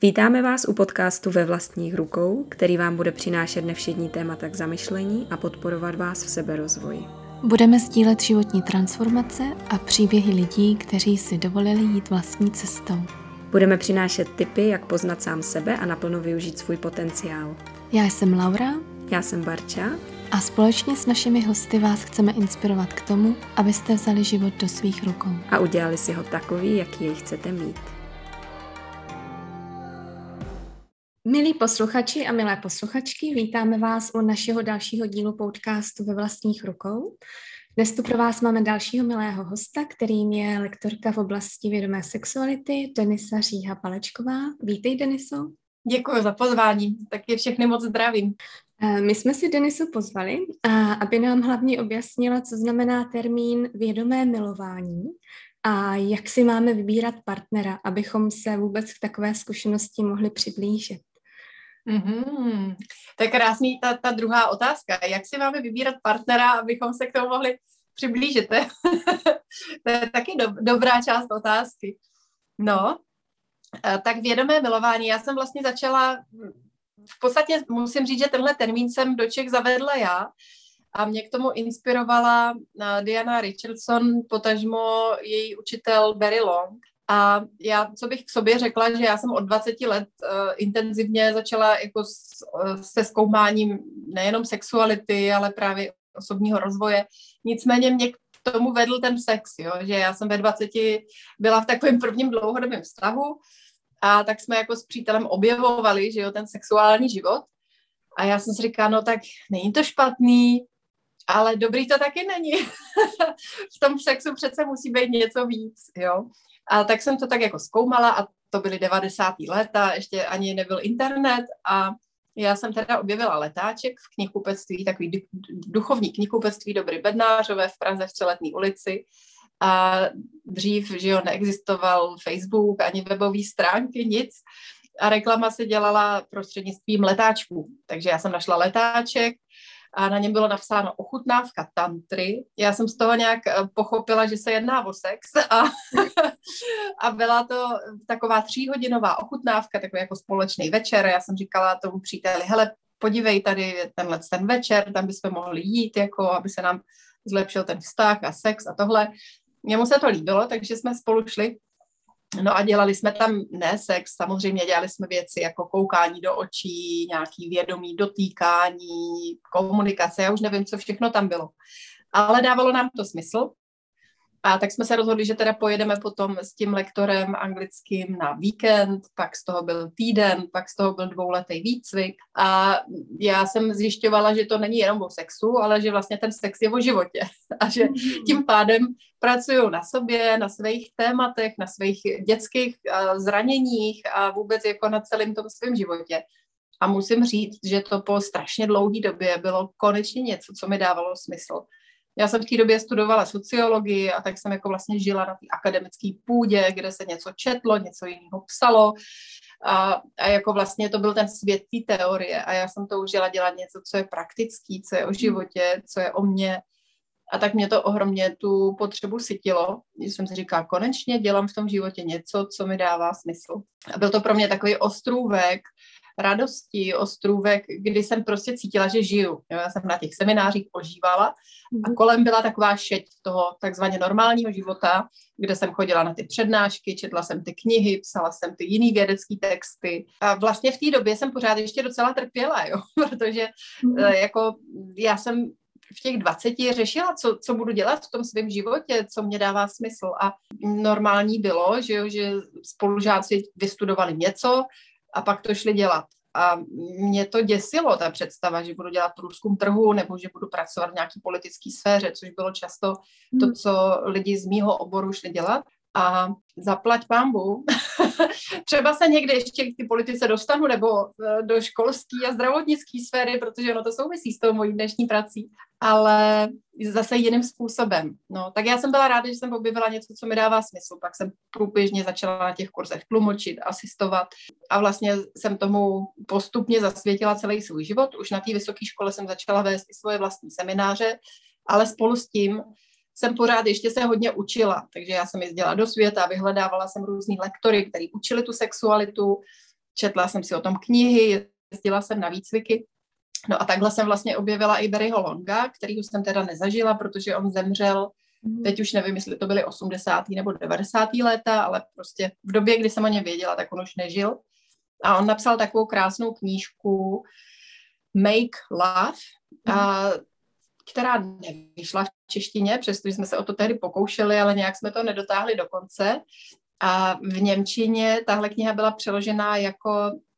Vítáme vás u podcastu Ve vlastních rukou, který vám bude přinášet nevšední témata k zamyšlení a podporovat vás v seberozvoji. Budeme sdílet životní transformace a příběhy lidí, kteří si dovolili jít vlastní cestou. Budeme přinášet tipy, jak poznat sám sebe a naplno využít svůj potenciál. Já jsem Laura. Já jsem Barča. A společně s našimi hosty vás chceme inspirovat k tomu, abyste vzali život do svých rukou. A udělali si ho takový, jaký jej chcete mít. Milí posluchači a milé posluchačky, vítáme vás u našeho dalšího dílu podcastu Ve vlastních rukou. Dnes tu pro vás máme dalšího milého hosta, kterým je lektorka v oblasti vědomé sexuality Denisa Říha-Palečková. Vítej, Deniso. Děkuji za pozvání, taky všechny moc zdravím. My jsme si Denisu pozvali, aby nám hlavně objasnila, co znamená termín vědomé milování a jak si máme vybírat partnera, abychom se vůbec k takové zkušenosti mohli přiblížit. To je krásný ta druhá otázka. Jak si máme vybírat partnera, abychom se k tomu mohli přiblížit? To je taky dobrá část otázky. No, tak vědomé milování. Já jsem vlastně začala, v podstatě musím říct, že tenhle termín jsem do Čech zavedla já a mě k tomu inspirovala Diana Richardson, potažmo její učitel Barry Long. A já, co bych k sobě řekla, že já jsem od 20 let intenzivně začala jako se zkoumáním nejenom sexuality, ale právě osobního rozvoje. Nicméně mě k tomu vedl ten sex, jo? Že já jsem ve 20 byla v takovém prvním dlouhodobém vztahu a tak jsme jako s přítelem objevovali, že jo, ten sexuální život. A já jsem si říkala, no tak není to špatný, ale dobrý to taky není. V tom sexu přece musí být něco víc, jo. A tak jsem to tak jako zkoumala a to byly 90. léta, ještě ani nebyl internet a já jsem teda objevila letáček v knihkupectví, takový duchovní knihkupectví Dobry Bednářové v Praze v Celetné ulici a dřív, že jo, neexistoval Facebook, ani webové stránky, nic a reklama se dělala prostřednictvím letáčků, takže já jsem našla letáček a na něm bylo napsáno ochutnávka tantry. Já jsem z toho nějak pochopila, že se jedná o sex a byla to taková 3hodinová ochutnávka, takový jako společný večer. Já jsem říkala tomu příteli, hele, podívej, tady ten večer, tam bychom mohli jít, jako aby se nám zlepšil ten vztah a sex a tohle. Mně se to líbilo, takže jsme spolu šli. No a dělali jsme tam ne sex, samozřejmě dělali jsme věci jako koukání do očí, nějaký vědomí dotýkání, komunikace, já už nevím, co všechno tam bylo. Ale dávalo nám to smysl a tak jsme se rozhodli, že teda pojedeme potom s tím lektorem anglickým na víkend, pak z toho byl týden, pak z toho byl 2letý výcvik a já jsem zjišťovala, že to není jenom o sexu, ale že vlastně ten sex je o životě a že tím pádem pracuju na sobě, na svých tématech, na svých dětských zraněních a vůbec jako na celém tom svém životě. A musím říct, že to po strašně dlouhé době bylo konečně něco, co mi dávalo smysl. Já jsem v té době studovala sociologii a tak jsem jako vlastně žila na té akademické půdě, kde se něco četlo, něco jiného psalo a jako vlastně to byl ten svět té teorie a já jsem toužila dělat něco, co je praktický, co je o životě, co je o mně a tak mě to ohromně tu potřebu sytilo, že jsem si říkala, konečně dělám v tom životě něco, co mi dává smysl. A byl to pro mě takový ostrůvek radosti, ostrůvek, kdy jsem prostě cítila, že žiju. Já jsem na těch seminářích ožívala a kolem byla taková šeť toho takzvaně normálního života, kde jsem chodila na ty přednášky, četla jsem ty knihy, psala jsem ty jiný vědecký texty a vlastně v té době jsem pořád ještě docela trpěla, jo, protože jako já jsem v těch 20 řešila, co budu dělat v tom svém životě, co mě dává smysl a normální bylo, že spolužáci vystudovali něco a pak to šli dělat. A mě to děsilo, ta představa, že budu dělat průzkum trhu nebo že budu pracovat v nějaké politické sféře, což bylo často to, co lidi z mýho oboru šli dělat. A zaplať pánbu. Třeba se někdy ještě k ty politice dostanu nebo do školské a zdravotnické sféry, protože ono to souvisí s tou mojí dnešní prací, ale zase jiným způsobem. No, tak já jsem byla ráda, že jsem objevila něco, co mi dává smysl. Pak jsem průběžně začala na těch kurzech tlumočit, asistovat a vlastně jsem tomu postupně zasvětila celý svůj život. Už na té vysoké škole jsem začala vést i svoje vlastní semináře, ale spolu s tím jsem pořád ještě se hodně učila, takže já jsem jezdila do světa, vyhledávala jsem různý lektory, kteří učili tu sexualitu četla jsem si o tom knihy, jezdila jsem na výcviky. No a takhle jsem vlastně objevila i Barryho Longa, kterýho jsem teda nezažila, protože on zemřel, teď už nevím, jestli to byly 80. nebo 90. léta, ale prostě v době, kdy jsem o něm věděla, tak on už nežil. A on napsal takovou krásnou knížku Make Love, která nevyšla v češtině, přestože jsme se o to tehdy pokoušeli, ale nějak jsme to nedotáhli do konce. A v němčině tahle kniha byla přeložená jako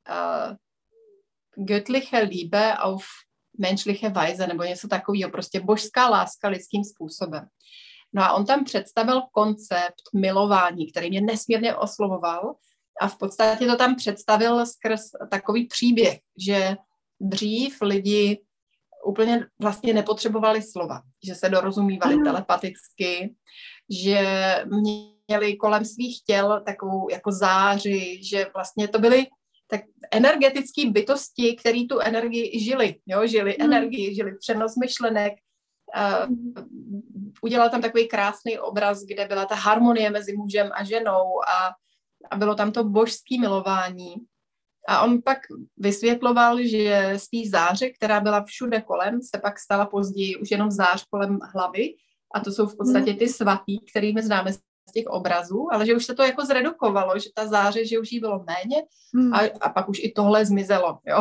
Göttliche Liebe auf menschliche Weise, nebo něco takového, prostě božská láska lidským způsobem. No a on tam představil koncept milování, který mě nesmírně oslovoval a v podstatě to tam představil skrz takový příběh, že dřív lidi úplně vlastně nepotřebovali slova, že se dorozumívali telepaticky, že měli kolem svých těl takovou jako záři, že vlastně to byly tak energetické bytosti, které tu energii žili, jo, žili energii, žili přenos myšlenek. Udělal tam takový krásný obraz, kde byla ta harmonie mezi mužem a ženou a bylo tam to božské milování. A on pak vysvětloval, že z té záře, která byla všude kolem, se pak stala později už jenom zář kolem hlavy a to jsou v podstatě ty svatý, kterými známe z těch obrazů, ale že už se to jako zredukovalo, že ta záře, že už jí bylo méně a pak už i tohle zmizelo, jo.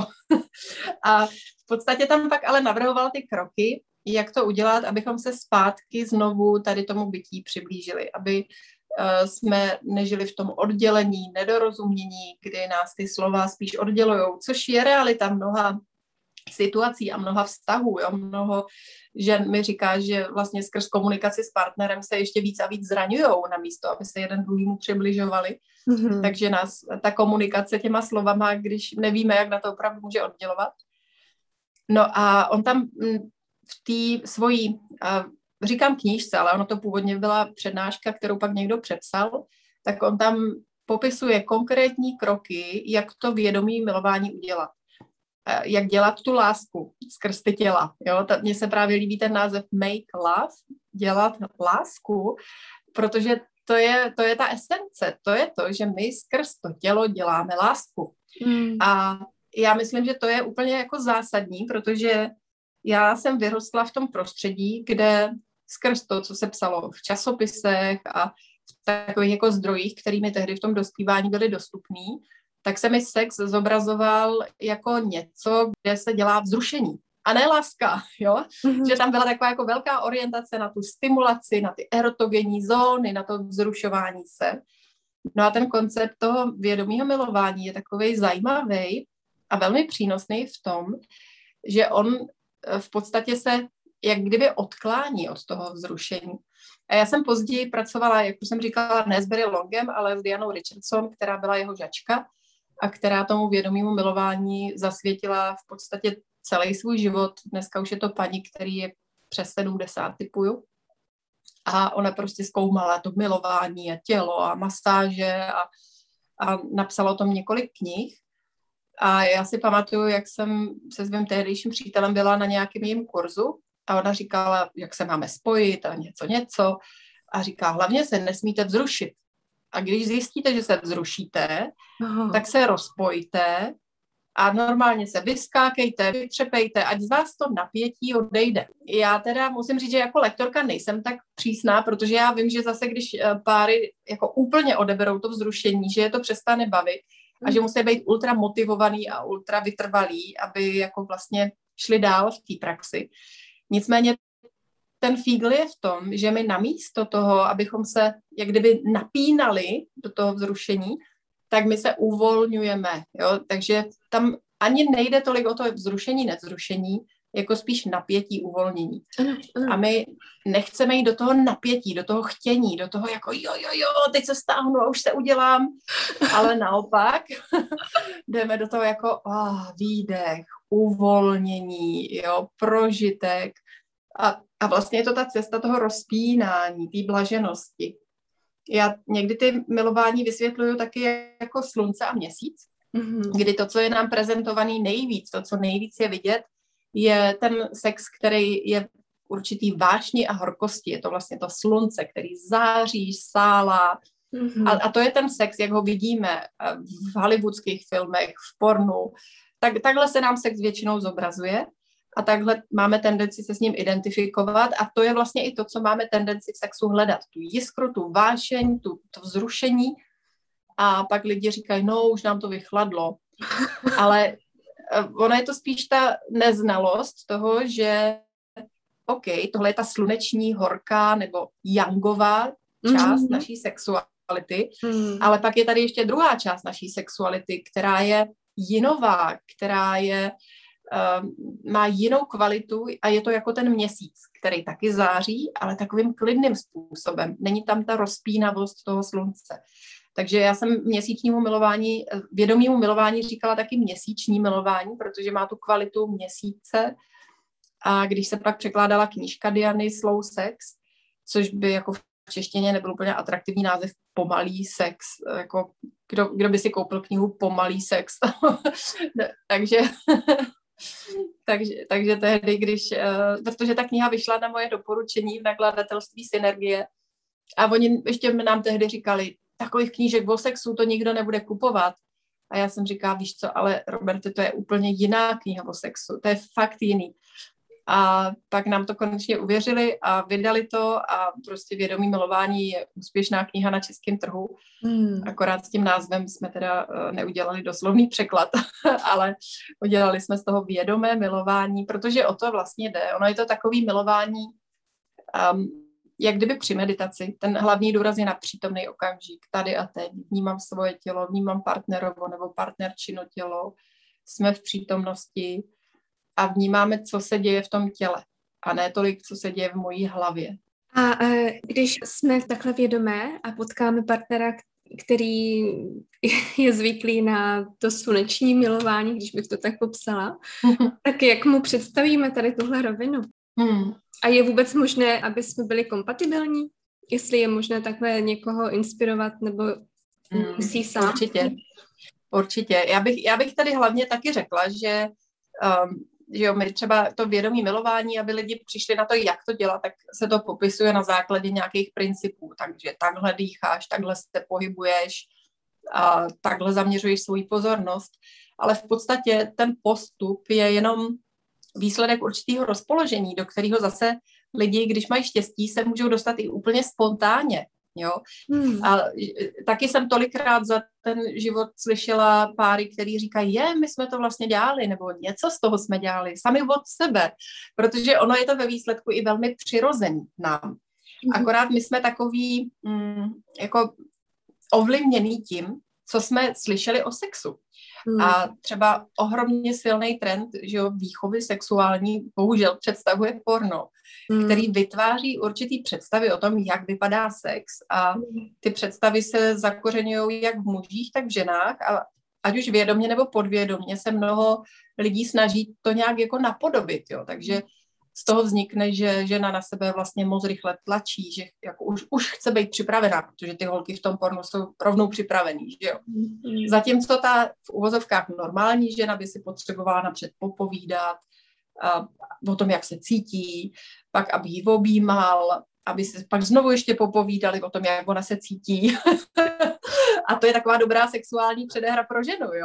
A v podstatě tam pak ale navrhoval ty kroky, jak to udělat, abychom se zpátky znovu tady tomu bytí přiblížili, aby jsme nežili v tom oddělení, nedorozumění, kdy nás ty slova spíš oddělujou, což je realita mnoha situací a mnoha vztahů. Jo? Mnoho žen mi říká, že vlastně skrz komunikaci s partnerem se ještě víc a víc zraňujou na místo, aby se jeden druhýmu přibližovali. Takže nás ta komunikace těma slovama, když nevíme, jak na to opravdu může oddělovat. No a on tam v té svojí, říkám knížce, ale ono to původně byla přednáška, kterou pak někdo přepsal, tak on tam popisuje konkrétní kroky, jak to vědomí milování udělat. Jak dělat tu lásku skrz ty těla. Mně se právě líbí ten název Make Love, dělat lásku, protože to je ta esence, to je to, že my skrz to tělo děláme lásku. A já myslím, že to je úplně jako zásadní, protože já jsem vyrostla v tom prostředí, kde skrz to, co se psalo v časopisech a v takových jako zdrojích, kterými tehdy v tom dospívání byly dostupný, tak se mi sex zobrazoval jako něco, kde se dělá vzrušení. A ne láska, jo? Že tam byla taková jako velká orientace na tu stimulaci, na ty erotogenní zóny, na to vzrušování se. No a ten koncept toho vědomího milování je takovej zajímavý a velmi přínosný v tom, že on v podstatě se jak kdyby odklání od toho vzrušení. A já jsem později pracovala, jak už jsem říkala, ne s Barry Longem, ale s Dianou Richardson, která byla jeho žačka a která tomu vědomému milování zasvětila v podstatě celý svůj život. Dneska už je to paní, který je přes 70, typuju. A ona prostě zkoumala to milování a tělo a masáže a napsala o tom několik knih. A já si pamatuju, jak jsem se svým tehdejším přítelem byla na nějakém jejím kurzu a ona říkala, jak se máme spojit a něco. A říká, hlavně se nesmíte vzrušit. A když zjistíte, že se vzrušíte, tak se rozpojte a normálně se vyskákejte, vytřepejte, ať z vás to napětí odejde. Já teda musím říct, že jako lektorka nejsem tak přísná, protože já vím, že zase, když páry jako úplně odeberou to vzrušení, že je to přestane bavit a že musí být ultra motivovaný a ultra vytrvalý, aby jako vlastně šli dál v té praxi. Nicméně ten fígl je v tom, že my namísto toho, abychom se jak kdyby napínali do toho vzrušení, tak my se uvolňujeme, jo? Takže tam ani nejde tolik o to vzrušení, nevzrušení, jako spíš napětí, uvolnění. A my nechceme jít do toho napětí, do toho chtění, do toho jako jo, teď se stáhnu a už se udělám, ale naopak jdeme do toho jako výdech, uvolnění, jo, prožitek a vlastně je to ta cesta toho rozpínání, té blaženosti. Já někdy ty milování vysvětluju taky jako slunce a měsíc, kdy to, co je nám prezentovaný nejvíc, to, co nejvíc je vidět, je ten sex, který je určitý vášni a horkosti. Je to vlastně to slunce, který září, sálá A to je ten sex, jak ho vidíme v hollywoodských filmech, v pornu. Takhle se nám sex většinou zobrazuje a takhle máme tendenci se s ním identifikovat a to je vlastně i to, co máme tendenci v sexu hledat. Tu jiskru, tu vášeň, to vzrušení a pak lidi říkají, no, už nám to vychladlo. Ale ono je to spíš ta neznalost toho, že OK, tohle je ta sluneční, horká nebo yangová část naší sexuality, ale pak je tady ještě druhá část naší sexuality, která je jinová, která má jinou kvalitu a je to jako ten měsíc, který taky září, ale takovým klidným způsobem. Není tam ta rozpínavost toho slunce. Takže já jsem měsíčnímu milování, vědomímu milování říkala taky měsíční milování, protože má tu kvalitu měsíce. A když se pak překládala knížka Diany Slow Sex, což by jako v češtině nebyl úplně atraktivní název pomalý sex, jako kdo by si koupil knihu Pomalý sex. takže tehdy, protože ta kniha vyšla na moje doporučení v nakladatelství Synergie a oni ještě nám tehdy říkali, takových knížek o sexu to nikdo nebude kupovat. A já jsem říkala, víš co, ale Roberte, to je úplně jiná kniha o sexu, to je fakt jiný. A pak nám to konečně uvěřili a vydali to a prostě Vědomí milování je úspěšná kniha na českém trhu. Akorát s tím názvem jsme teda neudělali doslovný překlad, ale udělali jsme z toho vědomé milování, protože o to vlastně jde. Ono je to takový milování, jak kdyby při meditaci. Ten hlavní důraz je na přítomný okamžik, tady a teď. Vnímám svoje tělo, vnímám partnerovo nebo partnerčino tělo, jsme v přítomnosti a vnímáme, co se děje v tom těle a ne tolik, co se děje v mojí hlavě. A když jsme takhle vědomé a potkáme partnera, který je zvyklý na to sluneční milování, když bych to tak popsala, tak jak mu představíme tady tuhle rovinu? A je vůbec možné, aby jsme byli kompatibilní? Jestli je možné takhle někoho inspirovat, nebo musí sám? Určitě. Já bych tady hlavně taky řekla, že jo, my třeba to vědomí milování, aby lidi přišli na to, jak to dělat, tak se to popisuje na základě nějakých principů. Takže takhle dýcháš, takhle se pohybuješ, a takhle zaměřuješ svou pozornost. Ale v podstatě ten postup je jenom výsledek určitého rozpoložení, do kterého zase lidi, když mají štěstí, se můžou dostat i úplně spontánně. Jo? A taky jsem tolikrát za ten život slyšela páry, který říkají, my jsme to vlastně dělali, nebo něco z toho jsme dělali, sami od sebe, protože ono je to ve výsledku i velmi přirozený nám. Akorát my jsme takový jako ovlivněný tím, co jsme slyšeli o sexu. A třeba ohromně silný trend, že jo, výchovy sexuální bohužel představuje porno, který vytváří určitý představy o tom, jak vypadá sex a ty představy se zakořeňují jak v mužích, tak v ženách a ať už vědomě nebo podvědomě se mnoho lidí snaží to nějak jako napodobit, jo, takže z toho vznikne, že žena na sebe vlastně moc rychle tlačí, že jako už chce být připravená, protože ty holky v tom pornu jsou rovnou připravený, že jo. Zatímco ta v uvozovkách normální žena by si potřebovala napřed popovídat o tom, jak se cítí, pak aby ji objímal, aby se pak znovu ještě popovídali o tom, jak ona se cítí. A to je taková dobrá sexuální předehra pro ženu, jo.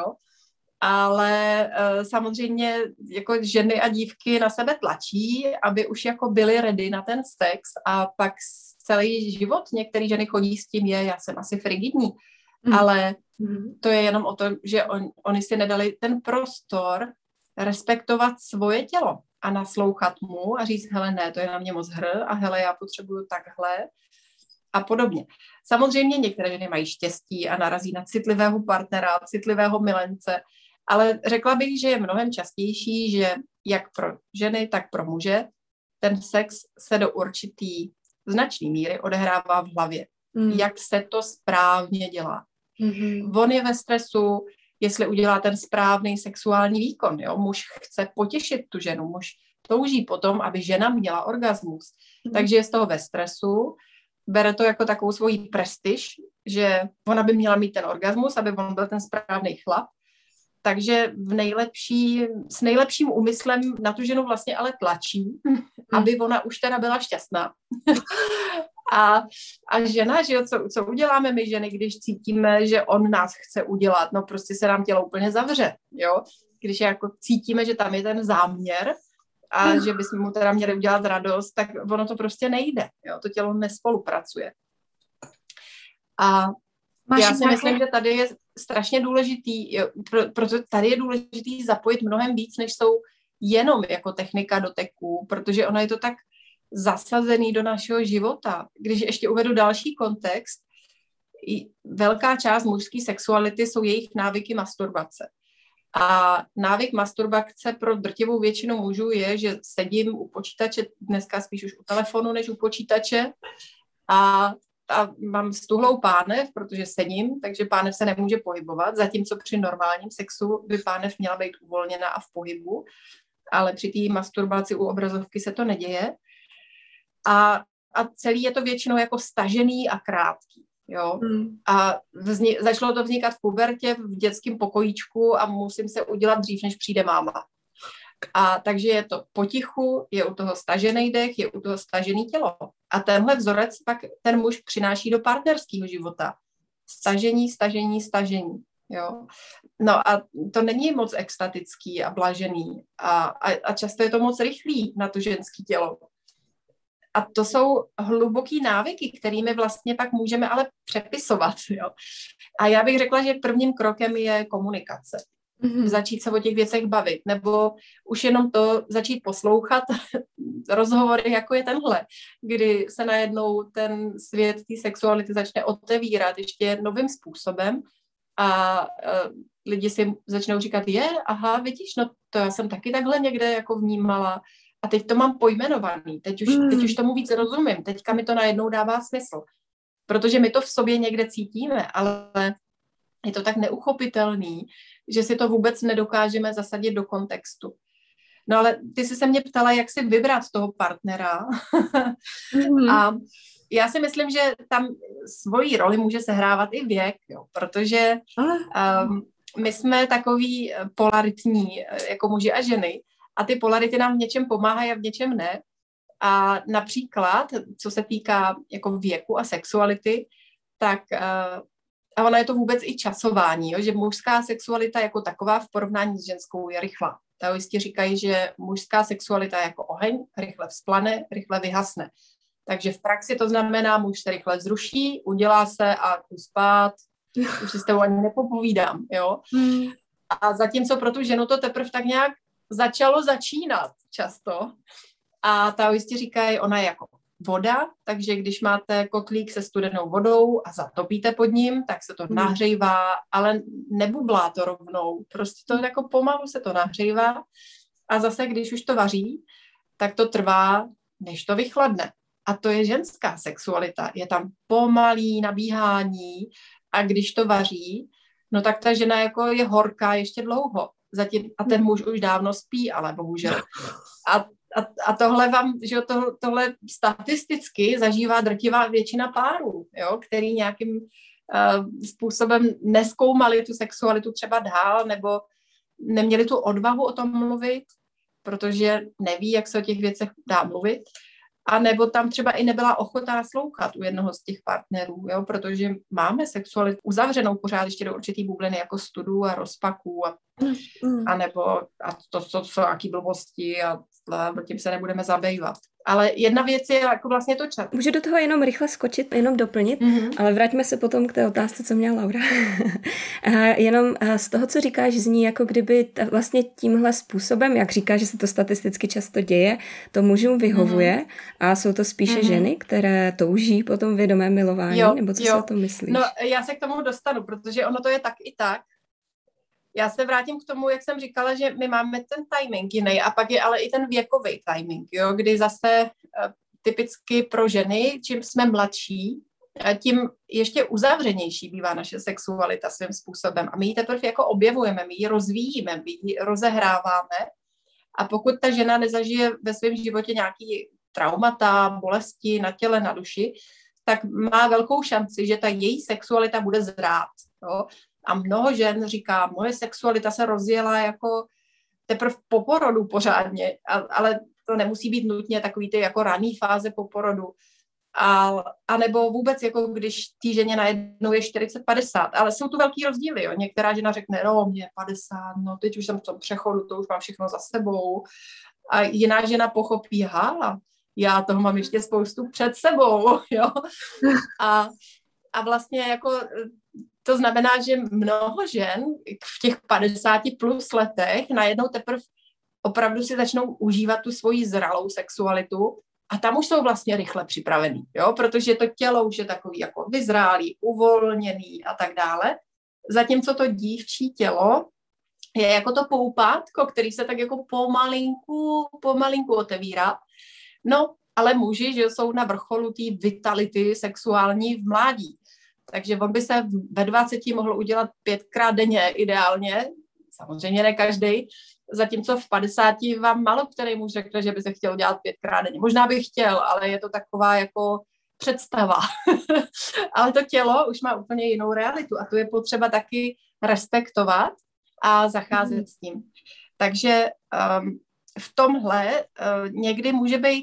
Ale samozřejmě jako ženy a dívky na sebe tlačí, aby už jako byly ready na ten sex a pak celý život některé ženy chodí s tím, já jsem asi frigidní, ale to je jenom o tom, že oni si nedali ten prostor respektovat svoje tělo a naslouchat mu a říct, hele ne, to je na mě moc a hele, já potřebuju takhle a podobně. Samozřejmě některé ženy mají štěstí a narazí na citlivého partnera, citlivého milence, ale řekla bych, že je mnohem častější, že jak pro ženy, tak pro muže ten sex se do určitý značný míry odehrává v hlavě. Jak se to správně dělá. On je ve stresu, jestli udělá ten správný sexuální výkon. Jo? Muž chce potěšit tu ženu, muž touží potom, aby žena měla orgasmus. Takže je z toho ve stresu, bere to jako takovou svoji prestiž, že ona by měla mít ten orgasmus, aby on byl ten správný chlap. Takže s nejlepším úmyslem na tu ženu vlastně ale tlačí, aby ona už teda byla šťastná. A žena, že jo, co uděláme my ženy, když cítíme, že on nás chce udělat, no prostě se nám tělo úplně zavře, jo. Když jako cítíme, že tam je ten záměr a že bychom mu teda měli udělat radost, tak ono to prostě nejde, jo, to tělo nespolupracuje. A já si myslím, že tady je strašně důležitý, protože tady je důležitý zapojit mnohem víc, než jsou jenom jako technika doteků, protože ono je to tak zasazený do našeho života. Když ještě uvedu další kontext, velká část mužské sexuality jsou jejich návyky masturbace. A návyk masturbace pro drtivou většinu mužů je, že sedím u počítače, dneska spíš už u telefonu než u počítače a mám stuhlou pánev, protože sedím, takže pánev se nemůže pohybovat, zatímco při normálním sexu by pánev měla být uvolněna a v pohybu, ale při té masturbaci u obrazovky se to neděje. A celý je to většinou jako stažený a krátký. Jo? A začalo to vznikat v pubertě, v dětském pokojíčku a musím se udělat dřív, než přijde máma. A takže je to potichu, je u toho stažený dech, je u toho stažený tělo. A tenhle vzorec pak ten muž přináší do partnerského života. Stažení, stažení, stažení. Jo? No a to není moc extatický a blažený. A často je to moc rychlý na to ženské tělo. A to jsou hluboký návyky, kterými vlastně pak můžeme ale přepisovat. Jo? A já bych řekla, že prvním krokem je komunikace. Začít se o těch věcech bavit, nebo už jenom to začít poslouchat rozhovory, jako je tenhle, kdy se najednou ten svět té sexuality začne otevírat ještě novým způsobem a lidi si začnou říkat, aha, vidíš, no to já jsem taky takhle někde jako vnímala a teď to mám pojmenovaný, teď už tomu víc rozumím, teďka mi to najednou dává smysl, protože my to v sobě někde cítíme, ale je to tak neuchopitelný, že si to vůbec nedokážeme zasadit do kontextu. No ale ty jsi se mě ptala, jak si vybrat toho partnera. A já si myslím, že tam svoji roli může sehrávat i věk, jo, protože my jsme takový polaritní, jako muži a ženy, a ty polarity nám v něčem pomáhají a v něčem ne. A například, co se týká jako věku a sexuality, tak a ono je to vůbec i časování, jo? Že mužská sexualita jako taková v porovnání s ženskou je rychlá. Taoisti říkají, že mužská sexualita je jako oheň, rychle vzplane, rychle vyhasne. Takže v praxi to znamená, muž se rychle vzruší, udělá se a jdu spát, už si s tebou ani nepopovídám. Jo? A zatímco pro tu ženu to teprve tak nějak začalo začínat často. A taoisti říkají, ona je jako voda, takže když máte kotlík se studenou vodou a zatopíte pod ním, tak se to nahřejvá, ale nebublá to rovnou. Prostě to jako pomalu se to nahřejvá a zase, když už to vaří, tak to trvá, než to vychladne. A to je ženská sexualita. Je tam pomalý nabíhání a když to vaří, no tak ta žena jako je horká ještě dlouho. Zatím, a ten muž už dávno spí, ale bohužel. A tohle že tohle statisticky zažívá drtivá většina párů, jo, který nějakým způsobem nezkoumali tu sexualitu třeba dál, nebo neměli tu odvahu o tom mluvit, protože neví, jak se o těch věcech dá mluvit, a nebo tam třeba i nebyla ochota naslouchat u jednoho z těch partnerů, jo, protože máme sexualitu uzavřenou pořád ještě do určitý bubliny jako studů a rozpaků a nebo a to jsou nějaký blbosti a tím se nebudeme zabývat. Ale jedna věc je jako vlastně to čas. Můžu do toho jenom rychle skočit, jenom doplnit, ale vraťme se potom k té otázce, co měla Laura. Jenom z toho, co říkáš, zní jako kdyby vlastně tímhle způsobem, jak říkáš, že se to statisticky často děje, to mužům vyhovuje a jsou to spíše ženy, které touží po tom vědomém milování, nebo co si o tom myslíš? No, já se k tomu dostanu, protože ono to je tak i tak. Já se vrátím k tomu, jak jsem říkala, že my máme ten timing jiný a pak je ale i ten věkový timing, jo, kdy zase typicky pro ženy, čím jsme mladší, tím ještě uzavřenější bývá naše sexualita svým způsobem. A my ji teprve jako objevujeme, my ji rozvíjíme, my ji rozehráváme. A pokud ta žena nezažije ve svém životě nějaký traumata, bolesti na těle, na duši, tak má velkou šanci, že ta její sexualita bude zrát. Jo. A mnoho žen říká, moje sexualita se rozjela jako teprve po porodu pořádně, ale to nemusí být nutně takový ty jako raný fáze po porodu. A nebo vůbec, jako když té ženě najednou je 40-50, ale jsou tu velký rozdíly, jo. Některá žena řekne, no, mě je 50, no, teď už jsem v tom přechodu, to už mám všechno za sebou. A jiná žena pochopí, já toho mám ještě spoustu před sebou, jo. A vlastně jako to znamená, že mnoho žen v těch 50 plus letech najednou teprve opravdu si začnou užívat tu svoji zralou sexualitu a tam už jsou vlastně rychle připravený, jo, protože to tělo už je takový jako vyzrálý, uvolněný a tak dále. Zatímco to dívčí tělo je jako to poupátko, který se tak jako pomalinku otevírá. No, ale muži, že jsou na vrcholu té vitality sexuální v mládí. Takže on by se ve 20 mohl udělat 5krát denně ideálně, samozřejmě ne každý, zatímco v 50 vám málo který muž řekne, že by se chtěl dělat 5krát denně. Možná bych chtěl, ale je to taková jako představa. Ale to tělo už má úplně jinou realitu a tu je potřeba taky respektovat a zacházet s tím. Takže v tomhle někdy může být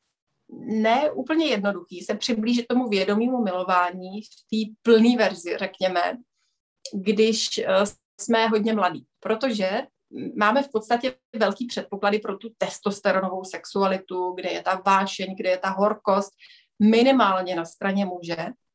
ne úplně jednoduchý se přiblížit tomu vědomému milování v té plné verzi, řekněme, když jsme hodně mladí. Protože máme v podstatě velký předpoklady pro tu testosteronovou sexualitu, kde je ta vášeň, kde je ta horkost, minimálně na straně muže.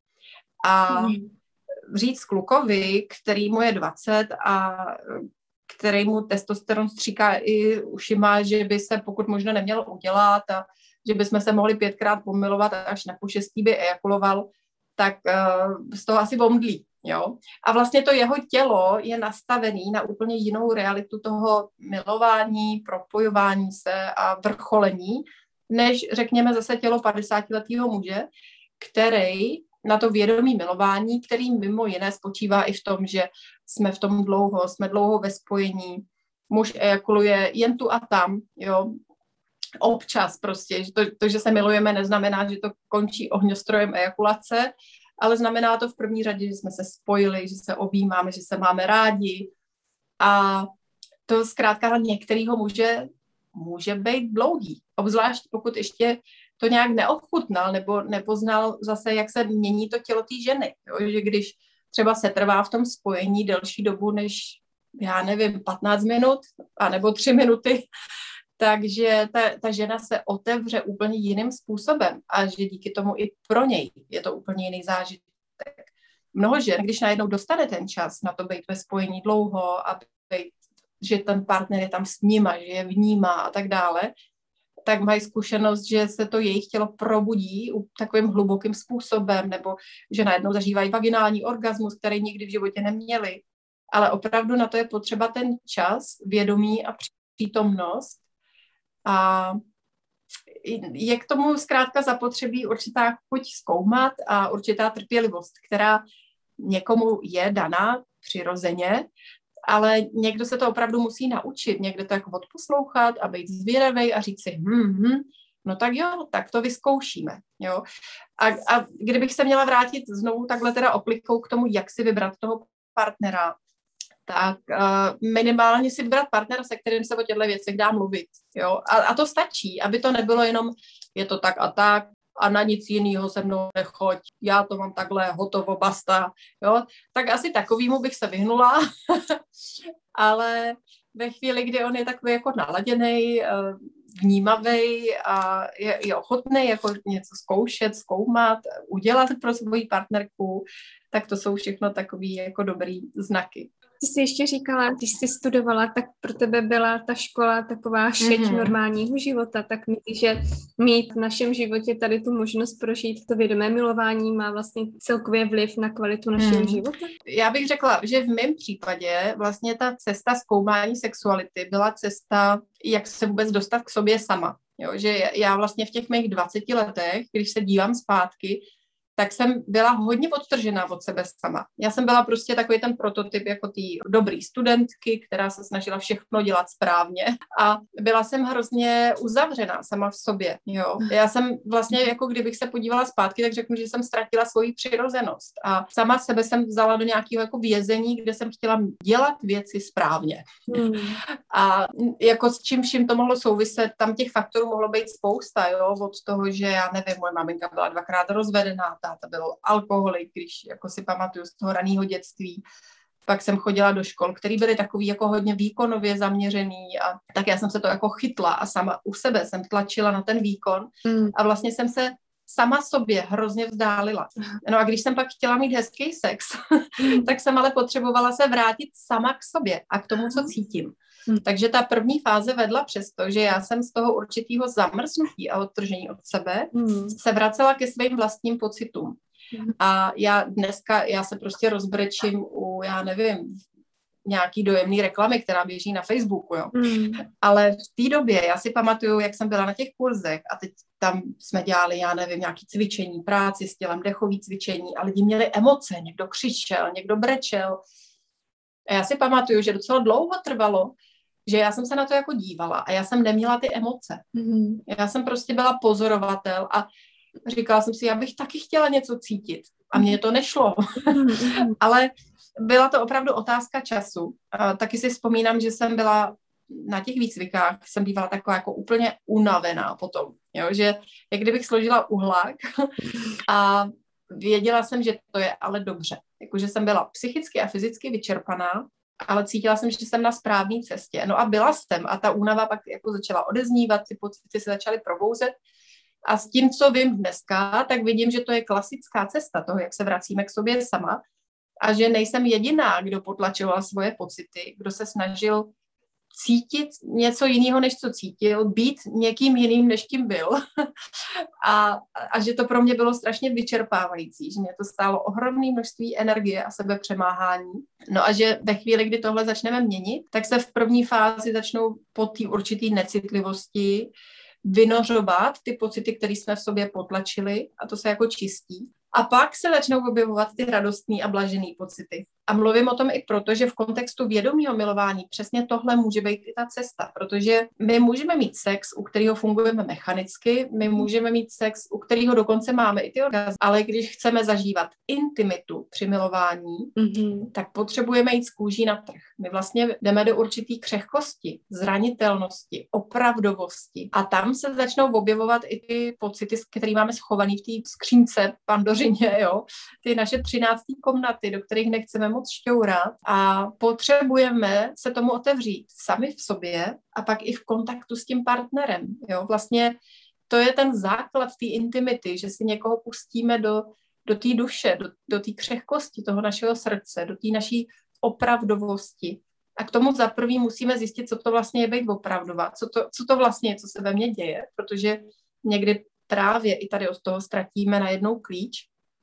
A říct klukovi, který mu je 20 a který mu testosteron stříká i ušima, že by se pokud možno neměl udělat a že bychom se mohli 5krát pomilovat až na po6. By ejakuloval, tak z toho asi omdlí. Jo? A vlastně to jeho tělo je nastavený na úplně jinou realitu toho milování, propojování se a vrcholení, než řekněme zase tělo 50letého muže, který na to vědomí milování, který mimo jiné spočívá i v tom, že jsme v tom dlouho, jsme dlouho ve spojení, muž ejakuluje jen tu a tam, jo, občas prostě, to, že se milujeme, neznamená, že to končí ohňostrojem ejakulace, ale znamená to v první řadě, že jsme se spojili, že se objímáme, že se máme rádi a to zkrátka některýho může být dlouhý, obzvlášť pokud ještě to nějak neochutnal nebo nepoznal zase, jak se mění to tělo té ženy, jo? Že když třeba se trvá v tom spojení delší dobu než, já nevím, 15 minut anebo 3 minuty, takže ta žena se otevře úplně jiným způsobem a že díky tomu i pro něj je to úplně jiný zážitek. Mnoho žen, když najednou dostane ten čas na to být ve spojení dlouho a být, že ten partner je tam s nima, že je vnímá a tak dále, tak mají zkušenost, že se to jejich tělo probudí takovým hlubokým způsobem, nebo že najednou zažívají vaginální orgasmus, který nikdy v životě neměli. Ale opravdu na to je potřeba ten čas, vědomí a přítomnost. A je k tomu zkrátka zapotřebí určitá chuť zkoumat a určitá trpělivost, která někomu je daná přirozeně, ale někdo se to opravdu musí naučit, někdo to jako odposlouchat a být zvědavej a říct si, no tak jo, tak to vyzkoušíme, jo. A kdybych se měla vrátit znovu takhle teda oklikou k tomu, jak si vybrat toho partnera, tak minimálně si vybrat partnera, se kterým se o těchto věcech dá mluvit, jo. A to stačí, aby to nebylo jenom, je to tak a na nic jiného se mnou nechoď, já to mám takhle, hotovo, basta, jo. Tak asi takovýmu bych se vyhnula, ale ve chvíli, kdy on je takový jako naladěnej, vnímavý a je ochotný jako něco zkoušet, zkoumat, udělat pro svoji partnerku, tak to jsou všechno takový jako dobrý znaky. Ty jsi ještě říkala, když jsi studovala, tak pro tebe byla ta škola taková šeť normálního života, tak myslíš, že mít v našem životě tady tu možnost prožít to vědomé milování má vlastně celkově vliv na kvalitu našeho života? Já bych řekla, že v mém případě vlastně ta cesta zkoumání sexuality byla cesta, jak se vůbec dostat k sobě sama. Jo, že já vlastně v těch mých 20 letech, když se dívám zpátky, tak jsem byla hodně odtržená od sebe sama. Já jsem byla prostě takový ten prototyp jako té dobrý studentky, která se snažila všechno dělat správně a byla jsem hrozně uzavřená sama v sobě. Jo. Já jsem vlastně, jako kdybych se podívala zpátky, tak řeknu, že jsem ztratila svoji přirozenost a sama sebe jsem vzala do nějakého jako vězení, kde jsem chtěla dělat věci správně. A jako s čím vším to mohlo souviset, tam těch faktorů mohlo být spousta, jo, od toho, že já nevím, moje maminka byla 2krát rozvedená, táta byl alkoholik, když jako si pamatuju z toho raného dětství. Pak jsem chodila do škol, které byly takový jako hodně výkonově zaměřený a tak já jsem se to jako chytla a sama u sebe jsem tlačila na ten výkon a vlastně jsem se sama sobě hrozně vzdálila. No a když jsem pak chtěla mít hezký sex, tak jsem ale potřebovala se vrátit sama k sobě a k tomu, co cítím. Takže ta první fáze vedla přes to, že já jsem z toho určitého zamrznutí a odtržení od sebe se vracela ke svým vlastním pocitům. A já se prostě rozbrečím u, já nevím, nějaký dojemný reklamy, která běží na Facebooku, jo. Ale v té době, já si pamatuju, jak jsem byla na těch kurzech a teď tam jsme dělali, já nevím, nějaký cvičení, práci s tělem, dechový cvičení a lidi měli emoce, někdo křičel, někdo brečel. A já si pamatuju, že docela dlouho trvalo, že já jsem se na to jako dívala a já jsem neměla ty emoce. Já jsem prostě byla pozorovatel a říkala jsem si, já bych taky chtěla něco cítit. A mně to nešlo. Ale byla to opravdu otázka času. Taky si vzpomínám, že jsem byla na těch výcvikách, jsem bývala taková jako úplně unavená potom. Jo? Že jak kdybych složila uhlák a věděla jsem, že to je ale dobře. Jakože jsem byla psychicky a fyzicky vyčerpaná, ale cítila jsem, že jsem na správné cestě. No a byla jsem a ta únava pak jako začala odeznívat, ty pocity se začaly probouzet. A s tím, co vím dneska, tak vidím, že to je klasická cesta toho, jak se vracíme k sobě sama a že nejsem jediná, kdo potlačoval svoje pocity, kdo se snažil cítit něco jiného, než co cítil, být někým jiným, než kým byl. a že to pro mě bylo strašně vyčerpávající, že mě to stálo ohromné množství energie a sebepřemáhání. No a že ve chvíli, kdy tohle začneme měnit, tak se v první fázi začnou po té určité necitlivosti vynořovat ty pocity, které jsme v sobě potlačili a to se jako čistí. A pak se začnou objevovat ty radostný a blažený pocity. A mluvím o tom i proto, že v kontextu vědomého milování přesně tohle může být i ta cesta, protože my můžeme mít sex, u kterého fungujeme mechanicky, my můžeme mít sex, u kterého dokonce máme i ty orgazmy, ale když chceme zažívat intimitu při milování, tak potřebujeme jít z kůží na trh. My vlastně jdeme do určitý křehkosti, zranitelnosti, opravdovosti a tam se začnou objevovat i ty pocity, které máme schované v té skřínce Pandořině, jo? Ty naše 13. komnaty, do kterých nechceme moc šťourat a potřebujeme se tomu otevřít sami v sobě a pak i v kontaktu s tím partnerem. Jo? Vlastně to je ten základ té intimity, že si někoho pustíme do té duše, do té křehkosti toho našeho srdce, do té naší opravdovosti. A k tomu za prvý musíme zjistit, co to vlastně je být opravdová, co to vlastně je, co se ve mně děje, protože někdy právě i tady od toho ztratíme najednou klíč.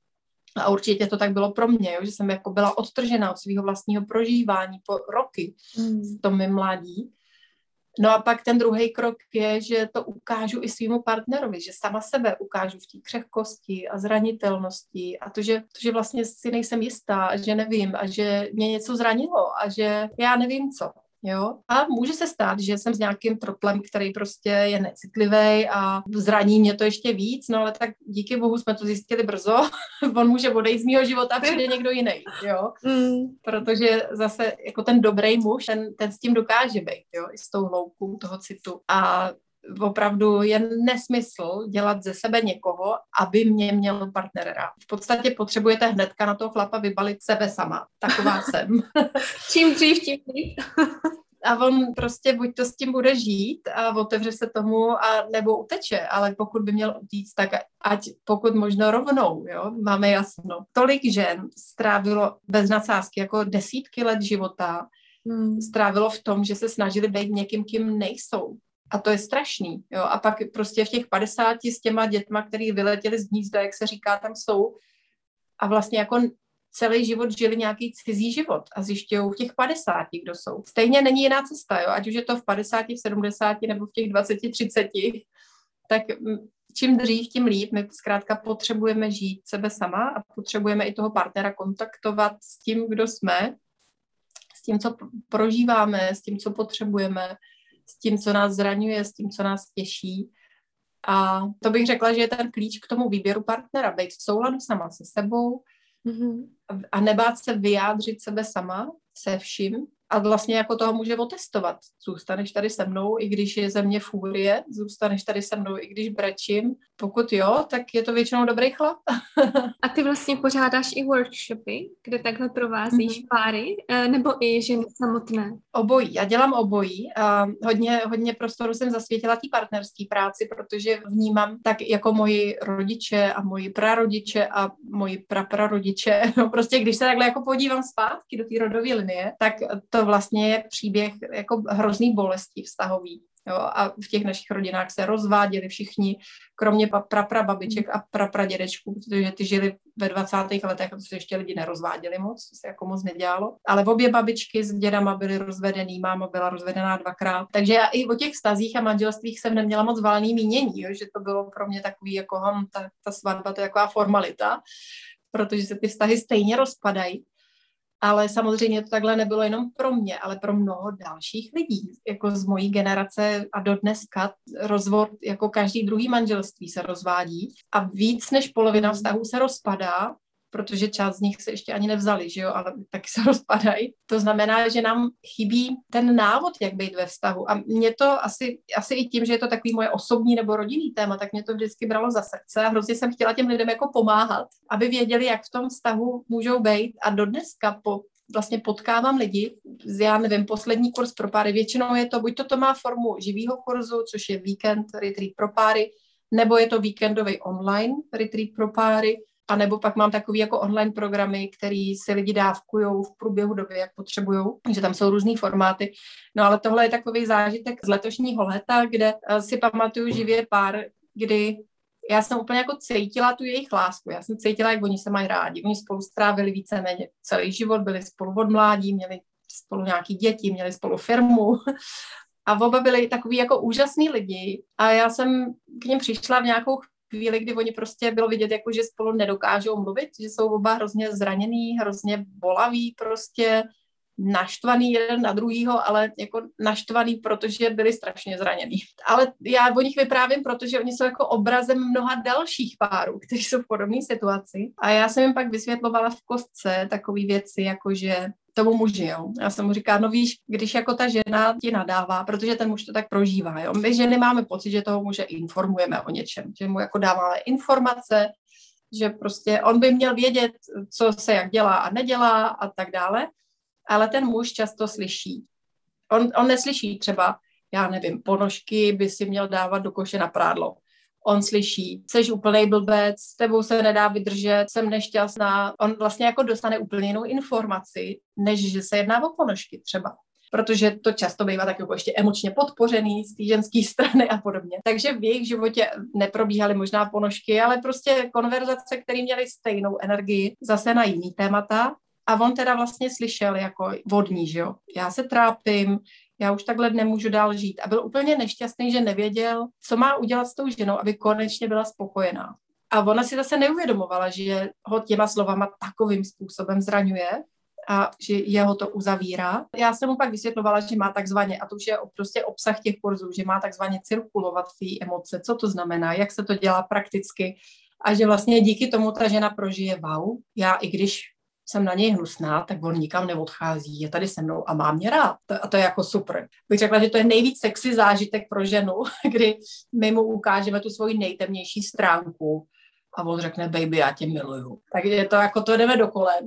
A určitě to tak bylo pro mě, jo, že jsem jako byla odtržená od svého vlastního prožívání po roky v tom mém mládí. No a pak ten druhý krok je, že to ukážu i svýmu partnerovi, že sama sebe ukážu v té křehkosti a zranitelnosti a to, že vlastně si nejsem jistá a že nevím a že mě něco zranilo a že já nevím co. Jo? A může se stát, že jsem s nějakým troplem, který prostě je necitlivý a zraní mě to ještě víc, no ale tak díky bohu jsme to zjistili brzo. On může odejít z mýho života a přijde někdo jiný, jo? Protože zase jako ten dobrý muž, ten s tím dokáže být, jo? I s tou hloubkou toho citu. A opravdu je nesmysl dělat ze sebe někoho, aby mě měl partner rád. V podstatě potřebujete hnedka na toho chlapa vybalit sebe sama. Taková jsem. Čím dřív, tím líp. A on prostě buď to s tím bude žít a otevře se tomu a nebo uteče, ale pokud by měl utíct, tak ať pokud možno rovnou, jo, máme jasno. Tolik žen strávilo bez nadsázky jako desítky let života, strávilo v tom, že se snažili být někým, kým nejsou. A to je strašný, jo. A pak prostě v těch 50 s těma dětma, který vyletěli z hnízda, jak se říká, tam jsou a vlastně jako celý život žili nějaký cizí život a zjišťují v těch 50, kdo jsou. Stejně není jiná cesta, jo. Ať už je to v 50, v 70 nebo v těch 20, 30, tak čím dřív, tím líp. My zkrátka potřebujeme žít sebe sama a potřebujeme i toho partnera kontaktovat s tím, kdo jsme, s tím, co prožíváme, s tím, co potřebujeme, s tím, co nás zraňuje, s tím, co nás těší. A to bych řekla, že je ten klíč k tomu výběru partnera, být v souladu sama se sebou a nebát se vyjádřit sebe sama se vším. A vlastně jako toho může otestovat. Zůstaneš tady se mnou, i když je ze mě fúrie, zůstaneš tady se mnou, i když brečím. Pokud jo, tak je to většinou dobrý chlap. A ty vlastně pořádáš i workshopy, kde takhle provázíš páry, nebo i ženy samotné? Obojí. Já dělám obojí. A hodně prostoru jsem zasvětila té partnerské práci, protože vnímám tak jako moji rodiče a moji prarodiče a moji praprarodiče. No prostě když se takhle jako podívám zpátky do té rodové linie, tak to vlastně je příběh jako hrozný bolesti vztahový. Jo? A v těch našich rodinách se rozváděli všichni, kromě praprababiček a prapradědečků, protože ty žili ve 20. letech, protože se ještě lidi nerozváděli moc, to se jako moc nedělalo. Ale obě babičky s dědama byly rozvedený, máma byla rozvedená 2krát. Takže já i o těch vztazích a manželstvích jsem neměla moc valný mínění, jo? Že to bylo pro mě takový jako ta svatba, to je taková formalita, protože se ty vztahy stejně rozpadají. Ale samozřejmě to takhle nebylo jenom pro mě, ale pro mnoho dalších lidí. Jako z mojí generace a do dneska rozvod, jako každý druhý manželství se rozvádí a víc než polovina vztahů se rozpadá, protože část z nich se ještě ani nevzali, že jo, ale taky se rozpadají. To znamená, že nám chybí ten návod, jak být ve vztahu. A mě to asi i tím, že je to takový moje osobní nebo rodinný téma, tak mě to vždycky bralo za srdce a hrozně jsem chtěla těm lidem jako pomáhat, aby věděli, jak v tom vztahu můžou být. A dodneska vlastně potkávám lidi, já nevím, poslední kurz pro páry, většinou je to, buď to má formu živýho kurzu, což je víkend retreat pro páry, nebo je to víkendový online retreat pro páry, a nebo pak mám takový jako online programy, který si lidi dávkujou v průběhu doby, jak potřebujou, že tam jsou různý formáty. No ale tohle je takový zážitek z letošního léta, kde si pamatuju živě pár, kdy já jsem úplně jako cítila tu jejich lásku. Já jsem cítila, jak oni se mají rádi. Oni spolu strávili víceméně celý život, byli spolu od mládí, měli spolu nějaký děti, měli spolu firmu. A oba byli takový jako úžasný lidi. A já jsem k nim přišla v nějakou chvíli, kdy oni prostě bylo vidět, jako, že spolu nedokážou mluvit, že jsou oba hrozně zraněný, hrozně bolaví, prostě naštvaný jeden na druhýho, ale jako naštvaný, protože byli strašně zraněný. Ale já o nich vyprávím, protože oni jsou jako obrazem mnoha dalších párů, kteří jsou v podobné situaci. A já jsem jim pak vysvětlovala v kostce takové věci, jako že tomu muži, jo. Já jsem mu říkala, no víš, když jako ta žena ti nadává, protože ten muž to tak prožívá, jo. My ženy máme pocit, že toho muže informujeme o něčem, že mu jako dáváme informace, že prostě on by měl vědět, co se jak dělá a nedělá a tak dále, ale ten muž často slyší. On neslyší třeba, já nevím, ponožky by si měl dávat do koše na prádlo. On slyší, seš úplnej blbec, s tebou se nedá vydržet, jsem nešťastná. On vlastně jako dostane úplně jinou informaci, než že se jedná o ponožky třeba. Protože to často bývá tak jako ještě emočně podpořený z té ženské strany a podobně. Takže v jejich životě neprobíhaly možná ponožky, ale prostě konverzace, které měly stejnou energii, zase na jiný témata. A on teda vlastně slyšel jako vodní, že jo. Já se trápím, já už takhle nemůžu dál žít. A byl úplně nešťastný, že nevěděl, co má udělat s tou ženou, aby konečně byla spokojená. A ona si zase neuvědomovala, že ho těma slovama takovým způsobem zraňuje a že jeho to uzavírá. Já jsem mu pak vysvětlovala, že má takzvaně, a to už je prostě obsah těch kurzů, že má takzvaně cirkulovat ty emoce, co to znamená, jak se to dělá prakticky a že vlastně díky tomu ta žena prožije wow. Já i když jsem na něj hnusná, tak on nikam neodchází, je tady se mnou a má mě rád. A to je jako super. Bych řekla, že to je nejvíc sexy zážitek pro ženu, kdy my mu ukážeme tu svoji nejtemnější stránku a on řekne, baby, já tě miluju. Tak je to jako, to jdeme do kolen.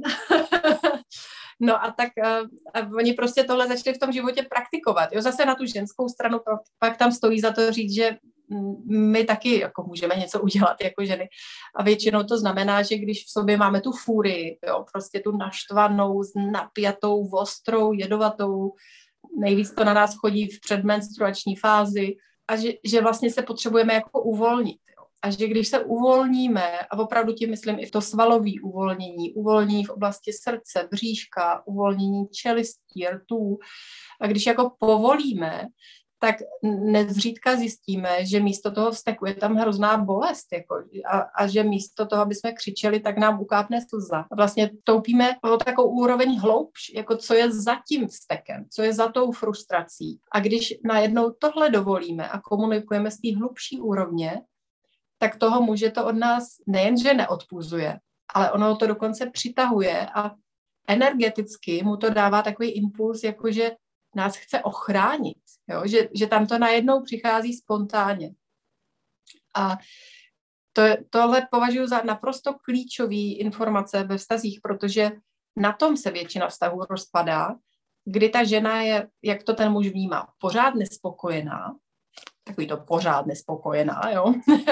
No a tak a oni prostě tohle začali v tom životě praktikovat. Jo, zase na tu ženskou stranu pak tam stojí za to říct, že my taky jako můžeme něco udělat jako ženy. A většinou to znamená, že když v sobě máme tu fúrii, jo, prostě tu naštvanou, napjatou, ostrou, jedovatou, nejvíc to na nás chodí v předmenstruační fázi a že vlastně se potřebujeme jako uvolnit. Jo. A že když se uvolníme, a opravdu tím myslím i to svalové uvolnění v oblasti srdce, bříška, uvolnění čelistí, rtů, a když jako povolíme, tak nezřídka zjistíme, že místo toho vzteku je tam hrozná bolest jako, a že místo toho, aby jsme křičeli, tak nám ukápne slza. Vlastně toupíme o takovou úroveň hloubš, jako co je za tím vztekem, co je za tou frustrací. A když najednou tohle dovolíme a komunikujeme z té hlubší úrovně, tak toho muže to od nás nejenže neodpuzuje, ale ono to dokonce přitahuje a energeticky mu to dává takový impuls, jakože nás chce ochránit, jo? Že tam to najednou přichází spontánně. A tohle považuji za naprosto klíčový informace ve vztazích, protože na tom se většina vztahů rozpadá, kdy ta žena je, jak to ten muž vnímá, pořád nespokojená, takový to pořád nespokojená, jo.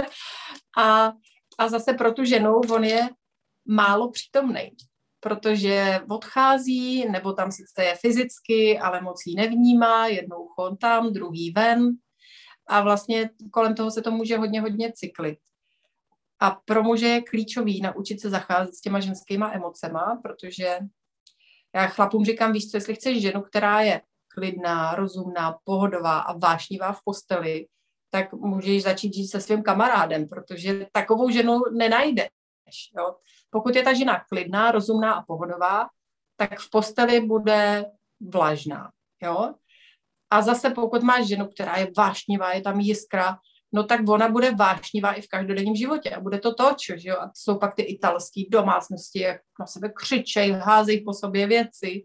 a zase pro tu ženu on je málo přítomnej, protože odchází, nebo tam sice je fyzicky, ale moc jí nevnímá, jednou chod tam, druhý ven a vlastně kolem toho se to může hodně cyklit. A pro muže je klíčový naučit se zacházet s těma ženskýma emocema, protože já chlapům říkám, víš co, jestli chceš ženu, která je klidná, rozumná, pohodová a vášnivá v posteli, tak můžeš začít žít se svým kamarádem, protože takovou ženu nenajdeš. Jo? Pokud je ta žena klidná, rozumná a pohodová, tak v posteli bude vlažná. Jo? A zase pokud máš ženu, která je vášnivá, je tam jiskra, no tak ona bude vášnivá i v každodenním životě a bude to toč, že jo? A to jsou pak ty italské domácnosti, jak na sebe křičej, házejí po sobě věci.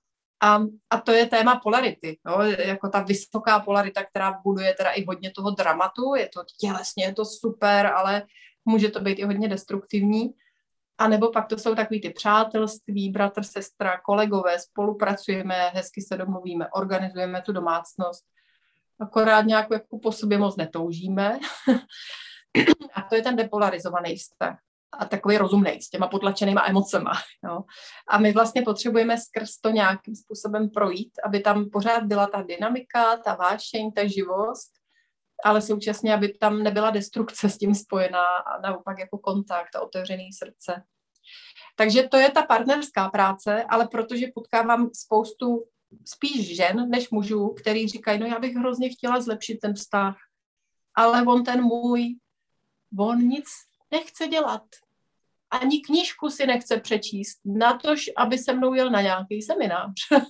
A to je téma polarity, jo? Jako ta vysoká polarita, která buduje teda i hodně toho dramatu, je to tělesně, je to super, ale může to být i hodně destruktivní. A nebo pak to jsou takový ty přátelství, bratr, sestra, kolegové, spolupracujeme, hezky se domluvíme, organizujeme tu domácnost. Akorát nějak jako po sobě moc netoužíme. A to je ten depolarizovaný vztah. A takový rozumnej, s těma potlačenýma emocema. Jo. A my vlastně potřebujeme skrz to nějakým způsobem projít, aby tam pořád byla ta dynamika, ta vášeň, ta živost, ale současně, aby tam nebyla destrukce s tím spojená a naopak jako kontakt a otevřený srdce. Takže to je ta partnerská práce, ale protože potkávám spoustu spíš žen než mužů, který říkají, no já bych hrozně chtěla zlepšit ten vztah, ale on ten můj, on nic nechce dělat. Ani knížku si nechce přečíst, natož, aby se mnou jel na nějaký seminář.